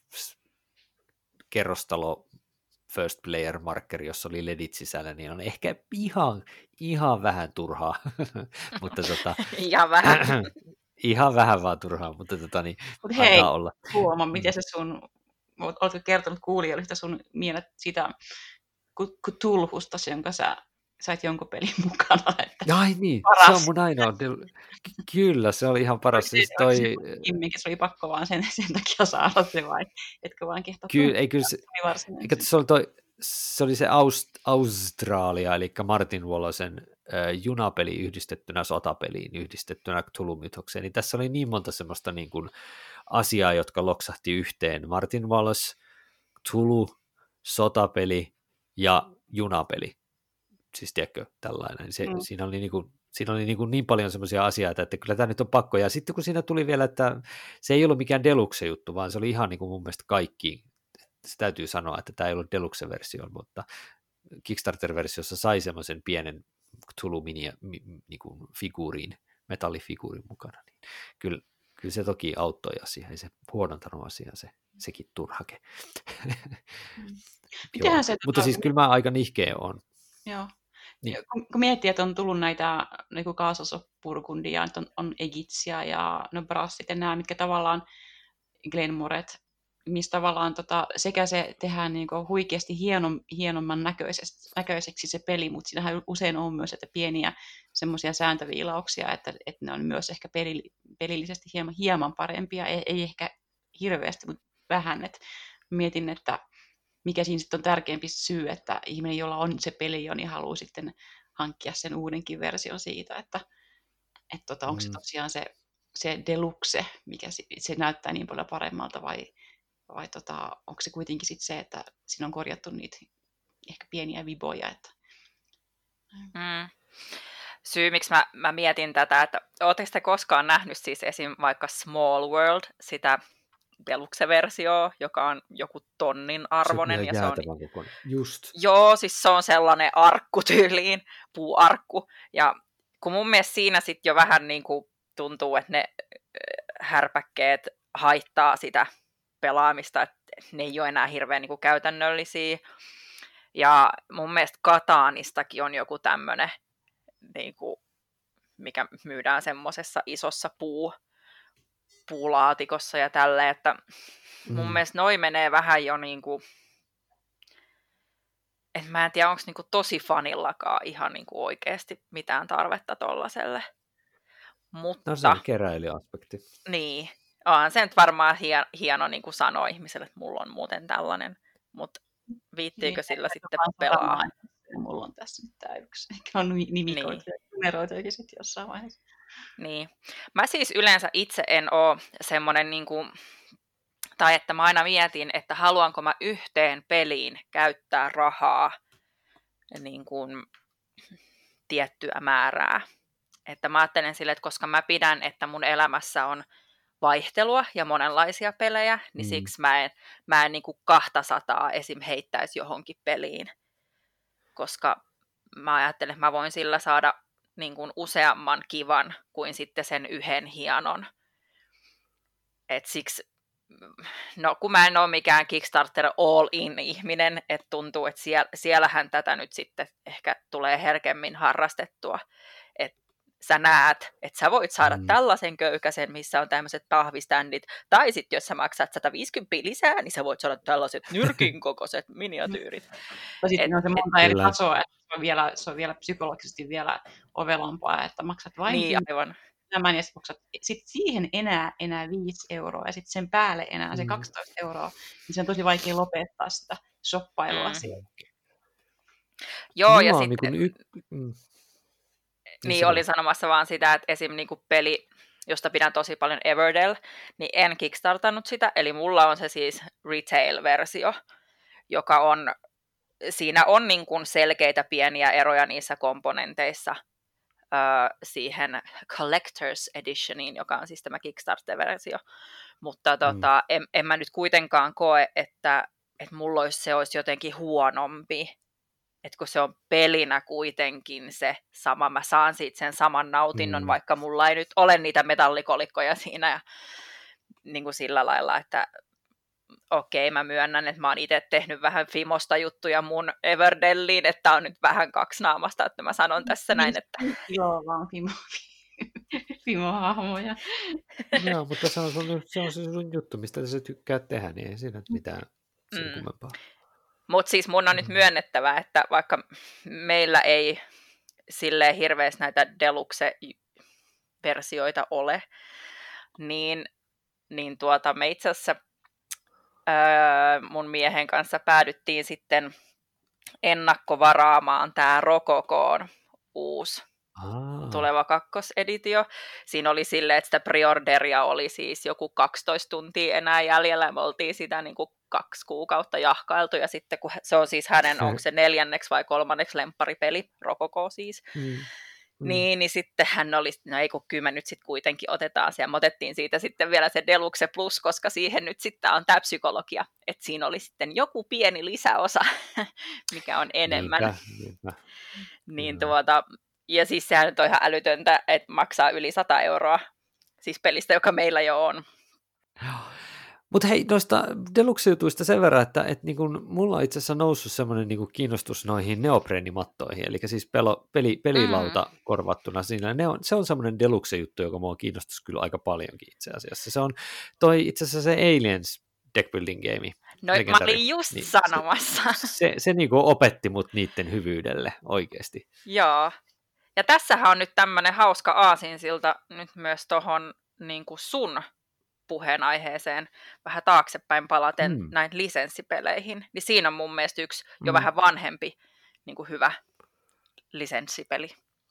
A: kerrostalo first player markeri, jossa oli ledit sisällä, niin on ehkä ihan, ihan vähän turhaa, mutta tota,
B: ihan vähän.
A: ihan vähän vaan turhaa, mutta tota, niin,
C: Mut hei,
A: antaa olla.
C: huoma, miten se sun, oletko kertonut kuulijoille sitä sun mielet sitä Cthulhusta, jonka sä sait jonkun pelin mukana. Että
A: Ai niin,
C: paras.
A: se on mun ainoa. Kyllä, se oli ihan paras. Siis toi...
C: Kimminkin se oli pakko vaan sen, sen takia saada se vai? Etkö vaan kehtaa?
A: Kyllä, ei kyllä se, eikä se oli, toi, se, oli se Aust, Australia, eli Martin Wallasen äh, junapeli yhdistettynä sotapeliin, yhdistettynä Cthulhu-mytokseen. Niin tässä oli niin monta semmoista niin kuin asiaa, jotka loksahti yhteen. Martin Wallace, Cthulhu, sotapeli ja junapeli. Siis tiedätkö, tällainen. Se, mm. Siinä oli, niin, kuin, siinä oli niin, kuin niin paljon semmoisia asioita, että kyllä tämä nyt on pakko. Ja sitten kun siinä tuli vielä, että se ei ollut mikään Deluxe-juttu, vaan se oli ihan niin kuin mun mielestä kaikki. Se täytyy sanoa, että tämä ei ollut Deluxe-versio, mutta Kickstarter-versiossa sai semmoisen pienen Cthulhu-mini-figuuriin, metallifiguurin mukana. Niin kyllä, kyllä se toki auttoi asia, ei se huonontanut asiaa, se, sekin turhake.
C: Mitähän se,
A: mutta siis kyllä mä aika nihkeä on.
C: Joo.
A: Niin.
C: Kun, kun miettii, että on tullut näitä niin Kaasos of Burgundia, on, on Egitsia ja no Brassit ja nämä, mitkä tavallaan Glenmoret, missä tavallaan tota, sekä se tehdään niin kuin huikeasti hienom, hienomman näköiseksi, näköiseksi se peli, mutta siinähän usein on myös että pieniä semmoisia sääntöviilauksia, että, että ne on myös ehkä peli, pelillisesti hieman, hieman parempia, ei, ei ehkä hirveästi, mutta vähän. Et mietin, että mikä siinä sitten on tärkeämpi syy, että ihminen, jolla on se peli jo, niin haluaa sitten hankkia sen uudenkin version siitä, että et tota, onko mm. se tosiaan se, se deluxe, mikä se, se näyttää niin paljon paremmalta, vai, vai tota, onko se kuitenkin sitten se, että siinä on korjattu niitä ehkä pieniä viboja. Että...
B: Mm. Syy, miksi mä, mä mietin tätä, että ootteko te koskaan nähnyt siis esim. Vaikka Small World, sitä Deluxe-versio, joka on joku tonnin arvoinen.
A: Se
B: ja se on
A: Just.
B: Joo, siis se on sellainen arkku tyyliin, puuarkku. Ja kun mun mielestä siinä sitten jo vähän niin kuin tuntuu, että ne härpäkkeet haittaa sitä pelaamista, että ne ei ole enää hirveän niin kuin käytännöllisiä. Ja mun mielestä Kataanistakin on joku tämmöinen, niin kuin, mikä myydään semmoisessa isossa puu, puulaatikossa ja tälleen, että mun mm. mielestä noi menee vähän jo niinku, että mä en tiedä, onko niinku tosi fanillakaan ihan niinku oikeasti mitään tarvetta tollaselle. Mutta,
A: no se on keräilyaspekti.
B: Niin, onhan se nyt varmaan hieno, hieno niinku sanoa ihmiselle, että mulla on muuten tällainen, mutta viittiikö niin, sillä sitten pelaa? Varmaan,
C: mulla on tässä nyt tää yksi, eikä on nimikoitu ja numeroituakin sitten jossain vaiheessa.
B: Niin. Mä siis yleensä itse en ole semmoinen, niin kuin, tai että mä aina mietin, että haluanko mä yhteen peliin käyttää rahaa niin kuin, tiettyä määrää. Että mä ajattelen sille, että koska mä pidän, että mun elämässä on vaihtelua ja monenlaisia pelejä, niin mm. siksi mä en, mä en niin kuin kahtasataa esim. Heittäisi johonkin peliin. Koska mä ajattelen, että mä voin sillä saada niin kuin useamman kivan kuin sitten sen yhden hienon. Et siksi, no kun mä en ole mikään Kickstarter all-in-ihminen, että tuntuu, että siellä, siellähän tätä nyt sitten ehkä tulee herkemmin harrastettua. Et sä näet, että sä voit saada
A: Mm.
B: tällaisen köykäsen, missä on tämmöiset pahviständit, tai sitten jos sä maksat sata viisikymmentä lisää, niin sä voit saada tällaiset nyrkin kokoiset miniatyyrit.
C: Tai sitten
B: Et-
C: on se
B: et-
C: monta eri
A: Kyllä.
C: tasoa, että se on vielä, se on vielä psykologisesti vielä ovelampaa, että maksat vain
B: Niin,
C: kymmenen
B: aivan.
C: tämän ja sitten maksat sit siihen enää, enää viisi euroa ja sitten sen päälle enää se
A: Mm.
C: kaksitoista euroa, niin se on tosi vaikea lopettaa sitä shoppailua
B: Mm.
C: siellä.
B: Joo, ja
A: Mulla on
B: sitten
A: niin y... mm.
B: niin
A: sano.
B: olin sanomassa vaan sitä, että esim. Niinku peli, josta pidän tosi paljon Everdell, niin en kickstartannut sitä, eli mulla on se siis retail-versio, joka on, siinä on niin kuin selkeitä pieniä eroja niissä komponenteissa öö, siihen Collector's Editioniin, joka on siis tämä Kickstarter-versio, mutta tota, en, en mä nyt kuitenkaan koe, että, että mulla olisi, se olisi jotenkin huonompi, että kun se on pelinä kuitenkin se sama, mä saan siitä sen saman nautinnon,
A: Mm.
B: vaikka mulla ei nyt ole niitä metallikolikkoja siinä ja niin kuin sillä lailla, että okei, mä myönnän, että mä oon itse tehnyt vähän Fimosta juttuja mun Everdelliin, että on nyt vähän kaksinaamasta, että mä sanon tässä näin, että
C: Joo, vaan Fimo, Fimo-hahmoja.
A: Joo, mutta se on, sun, se on se sun juttu, mistä sä tykkäät tehdä, niin ei siinä nyt mitään sen
B: Mm.
A: kummempaa.
B: mutta siis mun on nyt myönnettävä, että vaikka meillä ei silleen hirveästi näitä deluxe-versioita ole, niin, niin tuota, me itse asiassa öö, mun miehen kanssa päädyttiin sitten ennakkovaraamaan tämä Rokokoon uusi
A: Aa,
B: tuleva kakkoseditio. Siinä oli silleen, että sitä preorderia oli siis joku kaksitoista tuntia enää jäljellä, ja me oltiin sitä niin kuin kaksi kuukautta jahkailtu, ja sitten kun se on siis hänen,
A: Se-
B: onko se neljänneksi vai kolmanneksi lempparipeli, Rokoko siis,
A: mm, mm.
B: niin, niin sitten hän oli, no ei kun kyllä me nyt sitten kuitenkin otetaan se, ja me otettiin siitä sitten vielä se Deluxe Plus, koska siihen nyt sitten on tämä psykologia, että siinä oli sitten joku pieni lisäosa, mikä on enemmän.
A: Niinpä, niinpä.
B: Niin
A: Kyllä.
B: tuota, ja siis sehän nyt on ihan älytöntä, että maksaa yli sata euroa, siis pelistä, joka meillä jo on.
A: Mutta hei, noista deluxe-jutuista sen verran, että et niinku, mulla on itse asiassa noussut semmoinen niinku kiinnostus noihin neopreenimattoihin, eli siis pelo, peli, pelilauta mm. korvattuna siinä. Ne on, se on semmoinen deluxe-juttu, joka mua kiinnostus kyllä aika paljonkin itse asiassa. Se on toi itse asiassa se Aliens deckbuilding game.
B: No mä olin just
A: niin
B: sanomassa.
A: Se, se, se niinku opetti mut niiden hyvyydelle oikeasti.
B: Joo. Ja tässähän on nyt tämmöinen hauska aasinsilta nyt myös tohon niin kuin sun puheenaiheeseen vähän taaksepäin palaten
A: Mm.
B: näin lisenssipeleihin. Niin siinä on mun mielestä yksi jo
A: Mm.
B: vähän vanhempi niin kuin hyvä lisenssipeli.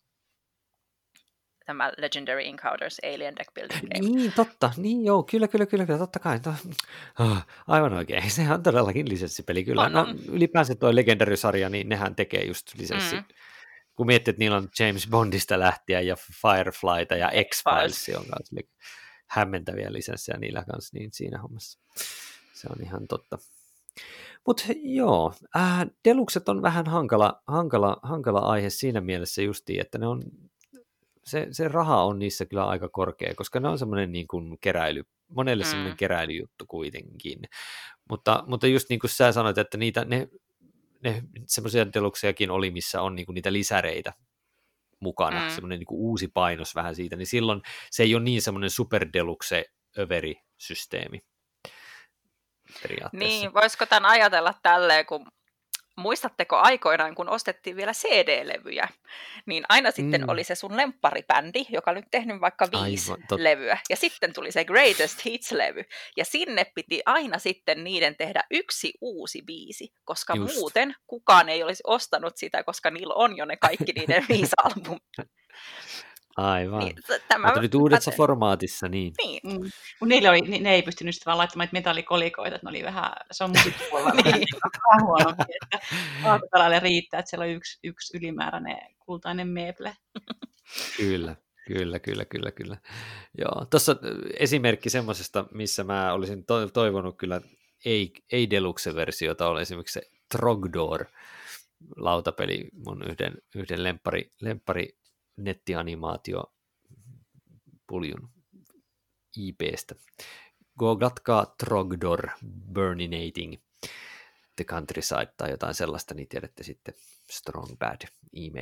B: Tämä Legendary Encounters Alien Deck Building Game.
A: Niin, totta. Niin joo, kyllä, kyllä, kyllä, kyllä totta kai. To, oh, aivan oikein. Sehän on todellakin lisenssipeli. Kyllä.
B: On,
A: No,
B: on.
A: ylipäänsä tuo Legendary-sarja, niin nehän tekee just lisenssi.
B: Mm.
A: Kun miettii, että niillä on James Bondista lähtien ja Fireflyta ja
B: X-Files.
A: X-Files, on kanssa hämmentäviä lisenssejä niillä kanssa niin siinä hommassa. Se on ihan totta. Mutta joo, äh, Deluxet on vähän hankala, hankala, hankala aihe siinä mielessä justiin, että ne on, se, se raha on niissä kyllä aika korkea, koska ne on semmoinen niin kuin keräily, monelle
B: Mm.
A: semmoinen keräilyjuttu kuitenkin. Mutta, mutta just niin kuin sä sanoit, että niitä, ne, ne semmoisia Deluxejakin oli, missä on niin kuin niitä lisäreitä mukana,
B: Mm.
A: semmoinen niin kuin uusi painos vähän siitä, niin silloin se ei ole niin semmoinen super deluxe överi-systeemi periaatteessa.
B: Niin, voisiko tämän ajatella tälleen, kun muistatteko aikoinaan, kun ostettiin vielä C D-levyjä, niin aina sitten
A: Mm.
B: oli se sun lempparibändi, joka oli nyt tehnyt vaikka viisi
A: Aivan, tot-
B: levyä, ja sitten tuli se Greatest Hits-levy, ja sinne piti aina sitten niiden tehdä yksi uusi biisi, koska
A: Just.
B: muuten kukaan ei olisi ostanut sitä, koska niillä on jo ne kaikki niiden viisi albumia.
A: Aivan.
B: Niin, s- tämä
A: Mutta nyt uudessa
B: pätee.
A: formaatissa, niin.
B: Niin.
C: Mm. Kun niille oli, ne, ne ei pystynyt sitten vaan laittamaan niitä metallikolikoita, että ne oli vähän, se on musiikkipuolella vähän, vähän huonompi, että vaakatalalle riittää, että siellä on yksi, yksi ylimääräinen kultainen meeple.
A: Kyllä, kyllä, kyllä, kyllä, kyllä. Joo, tuossa esimerkki semmoisesta, missä mä olisin to- toivonut kyllä ei, ei deluxe-versiota, oli esimerkiksi se Trogdor lautapeli, mun yhden, yhden lemppari, lemppari nettianimaatio puljun I P:stä. Googlatkaa Trogdor Burninating the Countryside tai jotain sellaista, niin tiedätte sitten Strong Bad Emails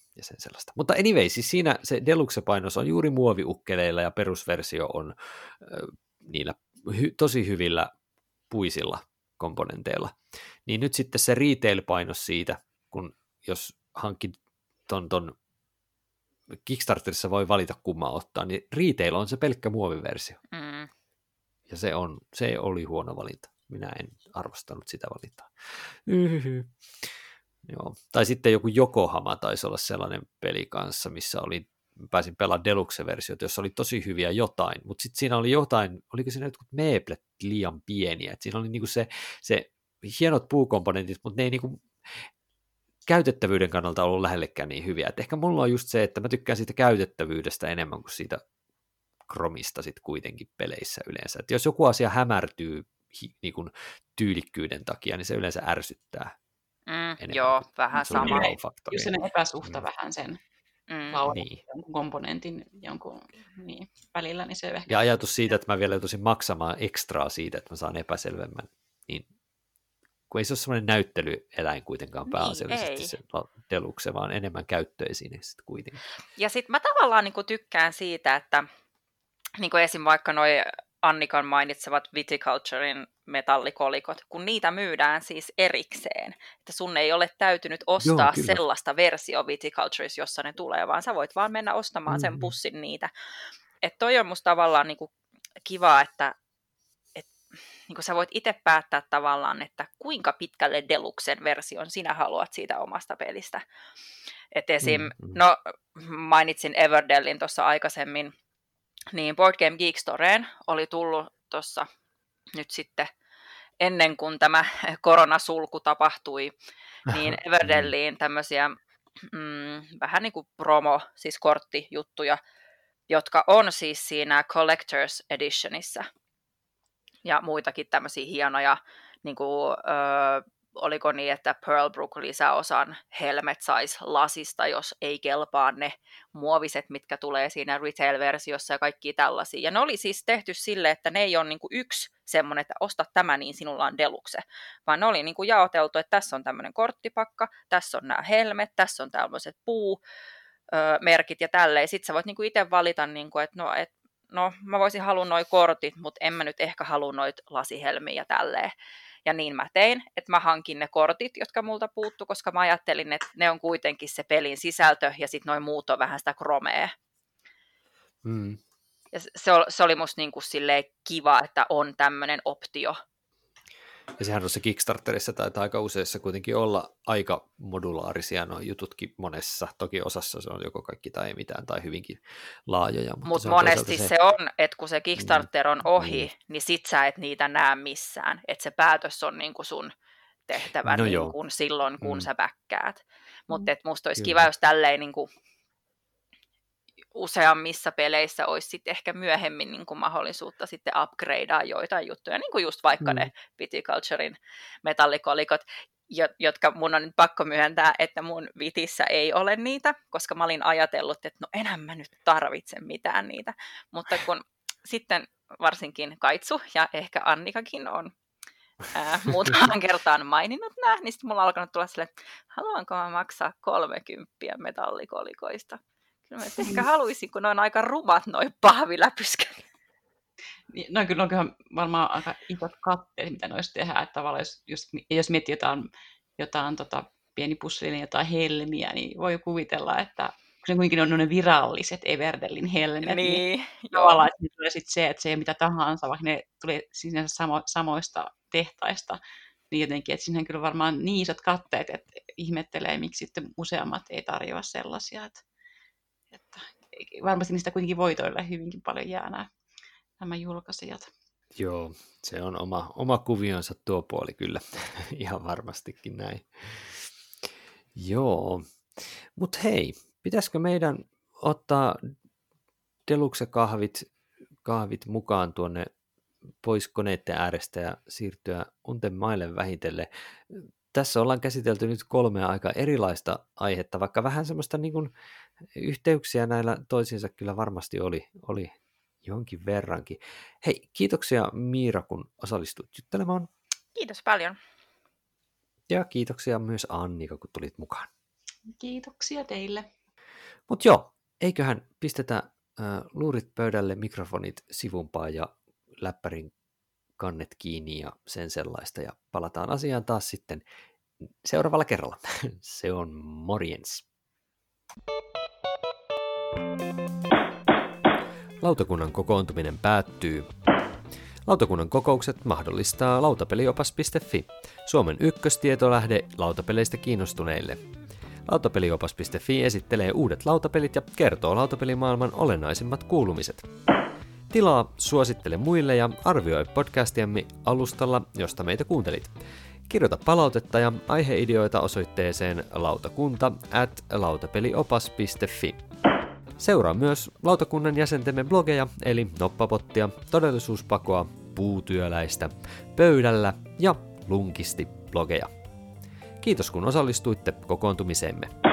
A: ja sen sellaista. Mutta anyway, siis siinä se deluxe-painos on juuri muoviukkeleilla ja perusversio on äh, niillä hy- tosi hyvillä puisilla komponenteilla. Niin nyt sitten se retail-painos siitä, kun jos hankkit ton, ton Kickstarterissa voi valita kumman ottaa, niin retail on se pelkkä muoviversio.
B: Mm.
A: Ja se, on, se oli huono valinta. Minä en arvostanut sitä valintaa. Yhyhy. Joo. Tai sitten joku Yokohama taisi olla sellainen peli kanssa, missä oli, pääsin pelaamaan deluxe-versiota, jossa oli tosi hyviä jotain, mutta sitten siinä oli jotain, oliko siinä jotkut meeplet liian pieniä, et siinä oli niinku se, se hienot puukomponentit, mutta ne ei niinku käytettävyyden kannalta ollut lähellekään niin hyviä. Et ehkä mulla on just se, että mä tykkään siitä käytettävyydestä enemmän kuin siitä kromista sit kuitenkin peleissä yleensä. Et jos joku asia hämärtyy hi, niin kuin tyylikkyyden takia, niin se yleensä ärsyttää.
B: Mm, joo, vähän sama.
C: Just sellainen epäsuhta mm. vähän sen
B: mm.
C: laudan
A: niin.
C: jonkun komponentin jonkun niin, välillä, niin se ehkä...
A: Ja ajatus siitä, että mä vielä joutuisin maksamaan ekstraa siitä, että mä saan epäselvemmän, niin kun ei se ole semmoinen näyttelyeläin kuitenkaan niin, pääasiallisesti ei. Se deluxe, vaan enemmän käyttöesiin sitten kuitenkin.
B: Ja sitten mä tavallaan niin kuin tykkään siitä, että niin kuin esim. Vaikka noi Annikan mainitsevat Viticulturein metallikolikot, kun niitä myydään siis erikseen, että sun ei ole täytynyt ostaa Joo, sellaista versio Viticulturessa, jossa ne tulee, vaan sä voit vaan mennä ostamaan mm-hmm. sen pussin niitä. Että toi on musta tavallaan niin kuin kiva, että niin kuin sä voit itse päättää tavallaan, että kuinka pitkälle deluxen version sinä haluat siitä omasta pelistä. Et esim, mm-hmm. no mainitsin Everdellin tuossa aikaisemmin, niin Board Game Geek Storeen oli tullut tuossa nyt sitten ennen kuin tämä koronasulku tapahtui, niin Everdelliin tämmöisiä mm, vähän niin kuin promo, siis korttijuttuja, jotka on siis siinä Collector's Editionissa. Ja muitakin tämmöisiä hienoja, niin kuin, öö, oliko niin, että Pearlbrook lisäosan helmet saisi lasista, jos ei kelpaa ne muoviset, mitkä tulee siinä retail-versiossa ja kaikki tällaisia. Ja ne oli siis tehty sille, että ne ei ole niin kuin yksi semmoinen, että osta tämä, niin sinulla on deluxe. Vaan ne oli niin kuin jaoteltu, että tässä on tämmöinen korttipakka, tässä on nämä helmet, tässä on tämmöiset puumerkit ja tälleen. Sitten sä voit niin kuin itse valita, niin kuin, että no, et, no mä voisin halua noi kortit, mutta en mä nyt ehkä halua noit lasihelmiä ja tälleen. Ja niin mä tein, että mä hankin ne kortit, jotka multa puuttu, koska mä ajattelin, että ne on kuitenkin se pelin sisältö, ja sitten noin muut on vähän sitä kromea.
A: Mm.
B: Ja se oli, se oli musta niin kuin silleen kiva, että on tämmöinen optio.
A: Ja sehän on se Kickstarterissa tai aika useissa kuitenkin olla aika modulaarisia nuo jututkin monessa. Toki osassa se on joko kaikki tai ei mitään tai hyvinkin laajoja. Mutta
B: Mut
A: se
B: monesti se... se on, että kun se Kickstarter on ohi,
A: mm.
B: niin sit sä et niitä näe missään. Että se päätös on niin kuin sun tehtävä
A: no
B: niin kuin silloin, kun mm. sä bäkkäät. Mutta musta olisi
A: Kyllä.
B: kiva, jos tälleen niin kuin useammissa peleissä olisi sitten ehkä myöhemmin niin kuin mahdollisuutta sitten upgradea joitain juttuja, niin kuin just vaikka mm. ne Viticulturein metallikolikot, jotka mun on nyt pakko myöntää, että mun Vitissä ei ole niitä, koska mä olin ajatellut, että no enää mä nyt tarvitse mitään niitä, mutta kun sitten varsinkin Kaitsu ja ehkä Annikakin on ää, muutaman kertaan maininnut nää, niin sitten mulla on alkanut tulla silleen, haluanko mä maksaa kolmekymppiä metallikolikoista? Kyllä mä ehkä haluaisin, kun ne on aika rumat noi pahviläpyskät.
C: No kyllä on kyllä varmaan aika isot katteet, mitä noista tehdään. Että tavallaan jos, jos, jos miettii jotain, jotain tota, pieni pussillinen, jotain helmiä, niin voi kuvitella, että kun ne kuitenkin on ne viralliset Everdellin helmet, niin, niin tavallaan että tulee sit se, että se ei ole mitä tahansa, vaikka ne tulee sinänsä samo, samoista tehtaista, niin jotenkin, että sinne kyllä varmaan niin isot katteet, että ihmettelee, miksi sitten useammat ei tarjoa sellaisia, että Että varmasti niistä kuitenkin voitoille hyvinkin paljon jää nämä, nämä julkaisijat.
A: Joo, se on oma, oma kuvionsa tuo puoli kyllä, ihan varmastikin näin. Joo, mutta hei, pitäisikö meidän ottaa Deluxe-kahvit kahvit mukaan tuonne pois koneiden äärestä ja siirtyä unten maille vähitellen? Tässä ollaan käsitelty nyt kolmea aika erilaista aihetta, vaikka vähän semmoista niin kuin yhteyksiä näillä toisiinsa kyllä varmasti oli, oli jonkin verrankin. Hei, kiitoksia Miira, kun osallistuit juttelemaan.
B: Kiitos paljon.
A: Ja kiitoksia myös Annika, kun tulit mukaan.
C: Kiitoksia teille.
A: Mut joo, eiköhän pistetä äh, luurit pöydälle, mikrofonit sivumpaan ja läppärin kannet kiinni ja sen sellaista, ja palataan asiaan taas sitten seuraavalla kerralla. Se on morjens. Lautakunnan kokoontuminen päättyy. Lautakunnan kokoukset mahdollistaa lautapeliopas piste fi, Suomen ykköstietolähde lautapeleistä kiinnostuneille. Lautapeliopas piste fi esittelee uudet lautapelit ja kertoo lautapelimaailman olennaisimmat kuulumiset. Tilaa, suosittele muille ja arvioi podcastiamme alustalla, josta meitä kuuntelit. Kirjoita palautetta ja aiheideoita osoitteeseen lautakunta at lautapeliopas piste fi. Seuraa myös lautakunnan jäsentemme blogeja, eli Noppapottia, Todellisuuspakoa, Puutyöläistä, Pöydällä ja Lunkisti blogeja. Kiitos kun osallistuitte kokoontumiseemme.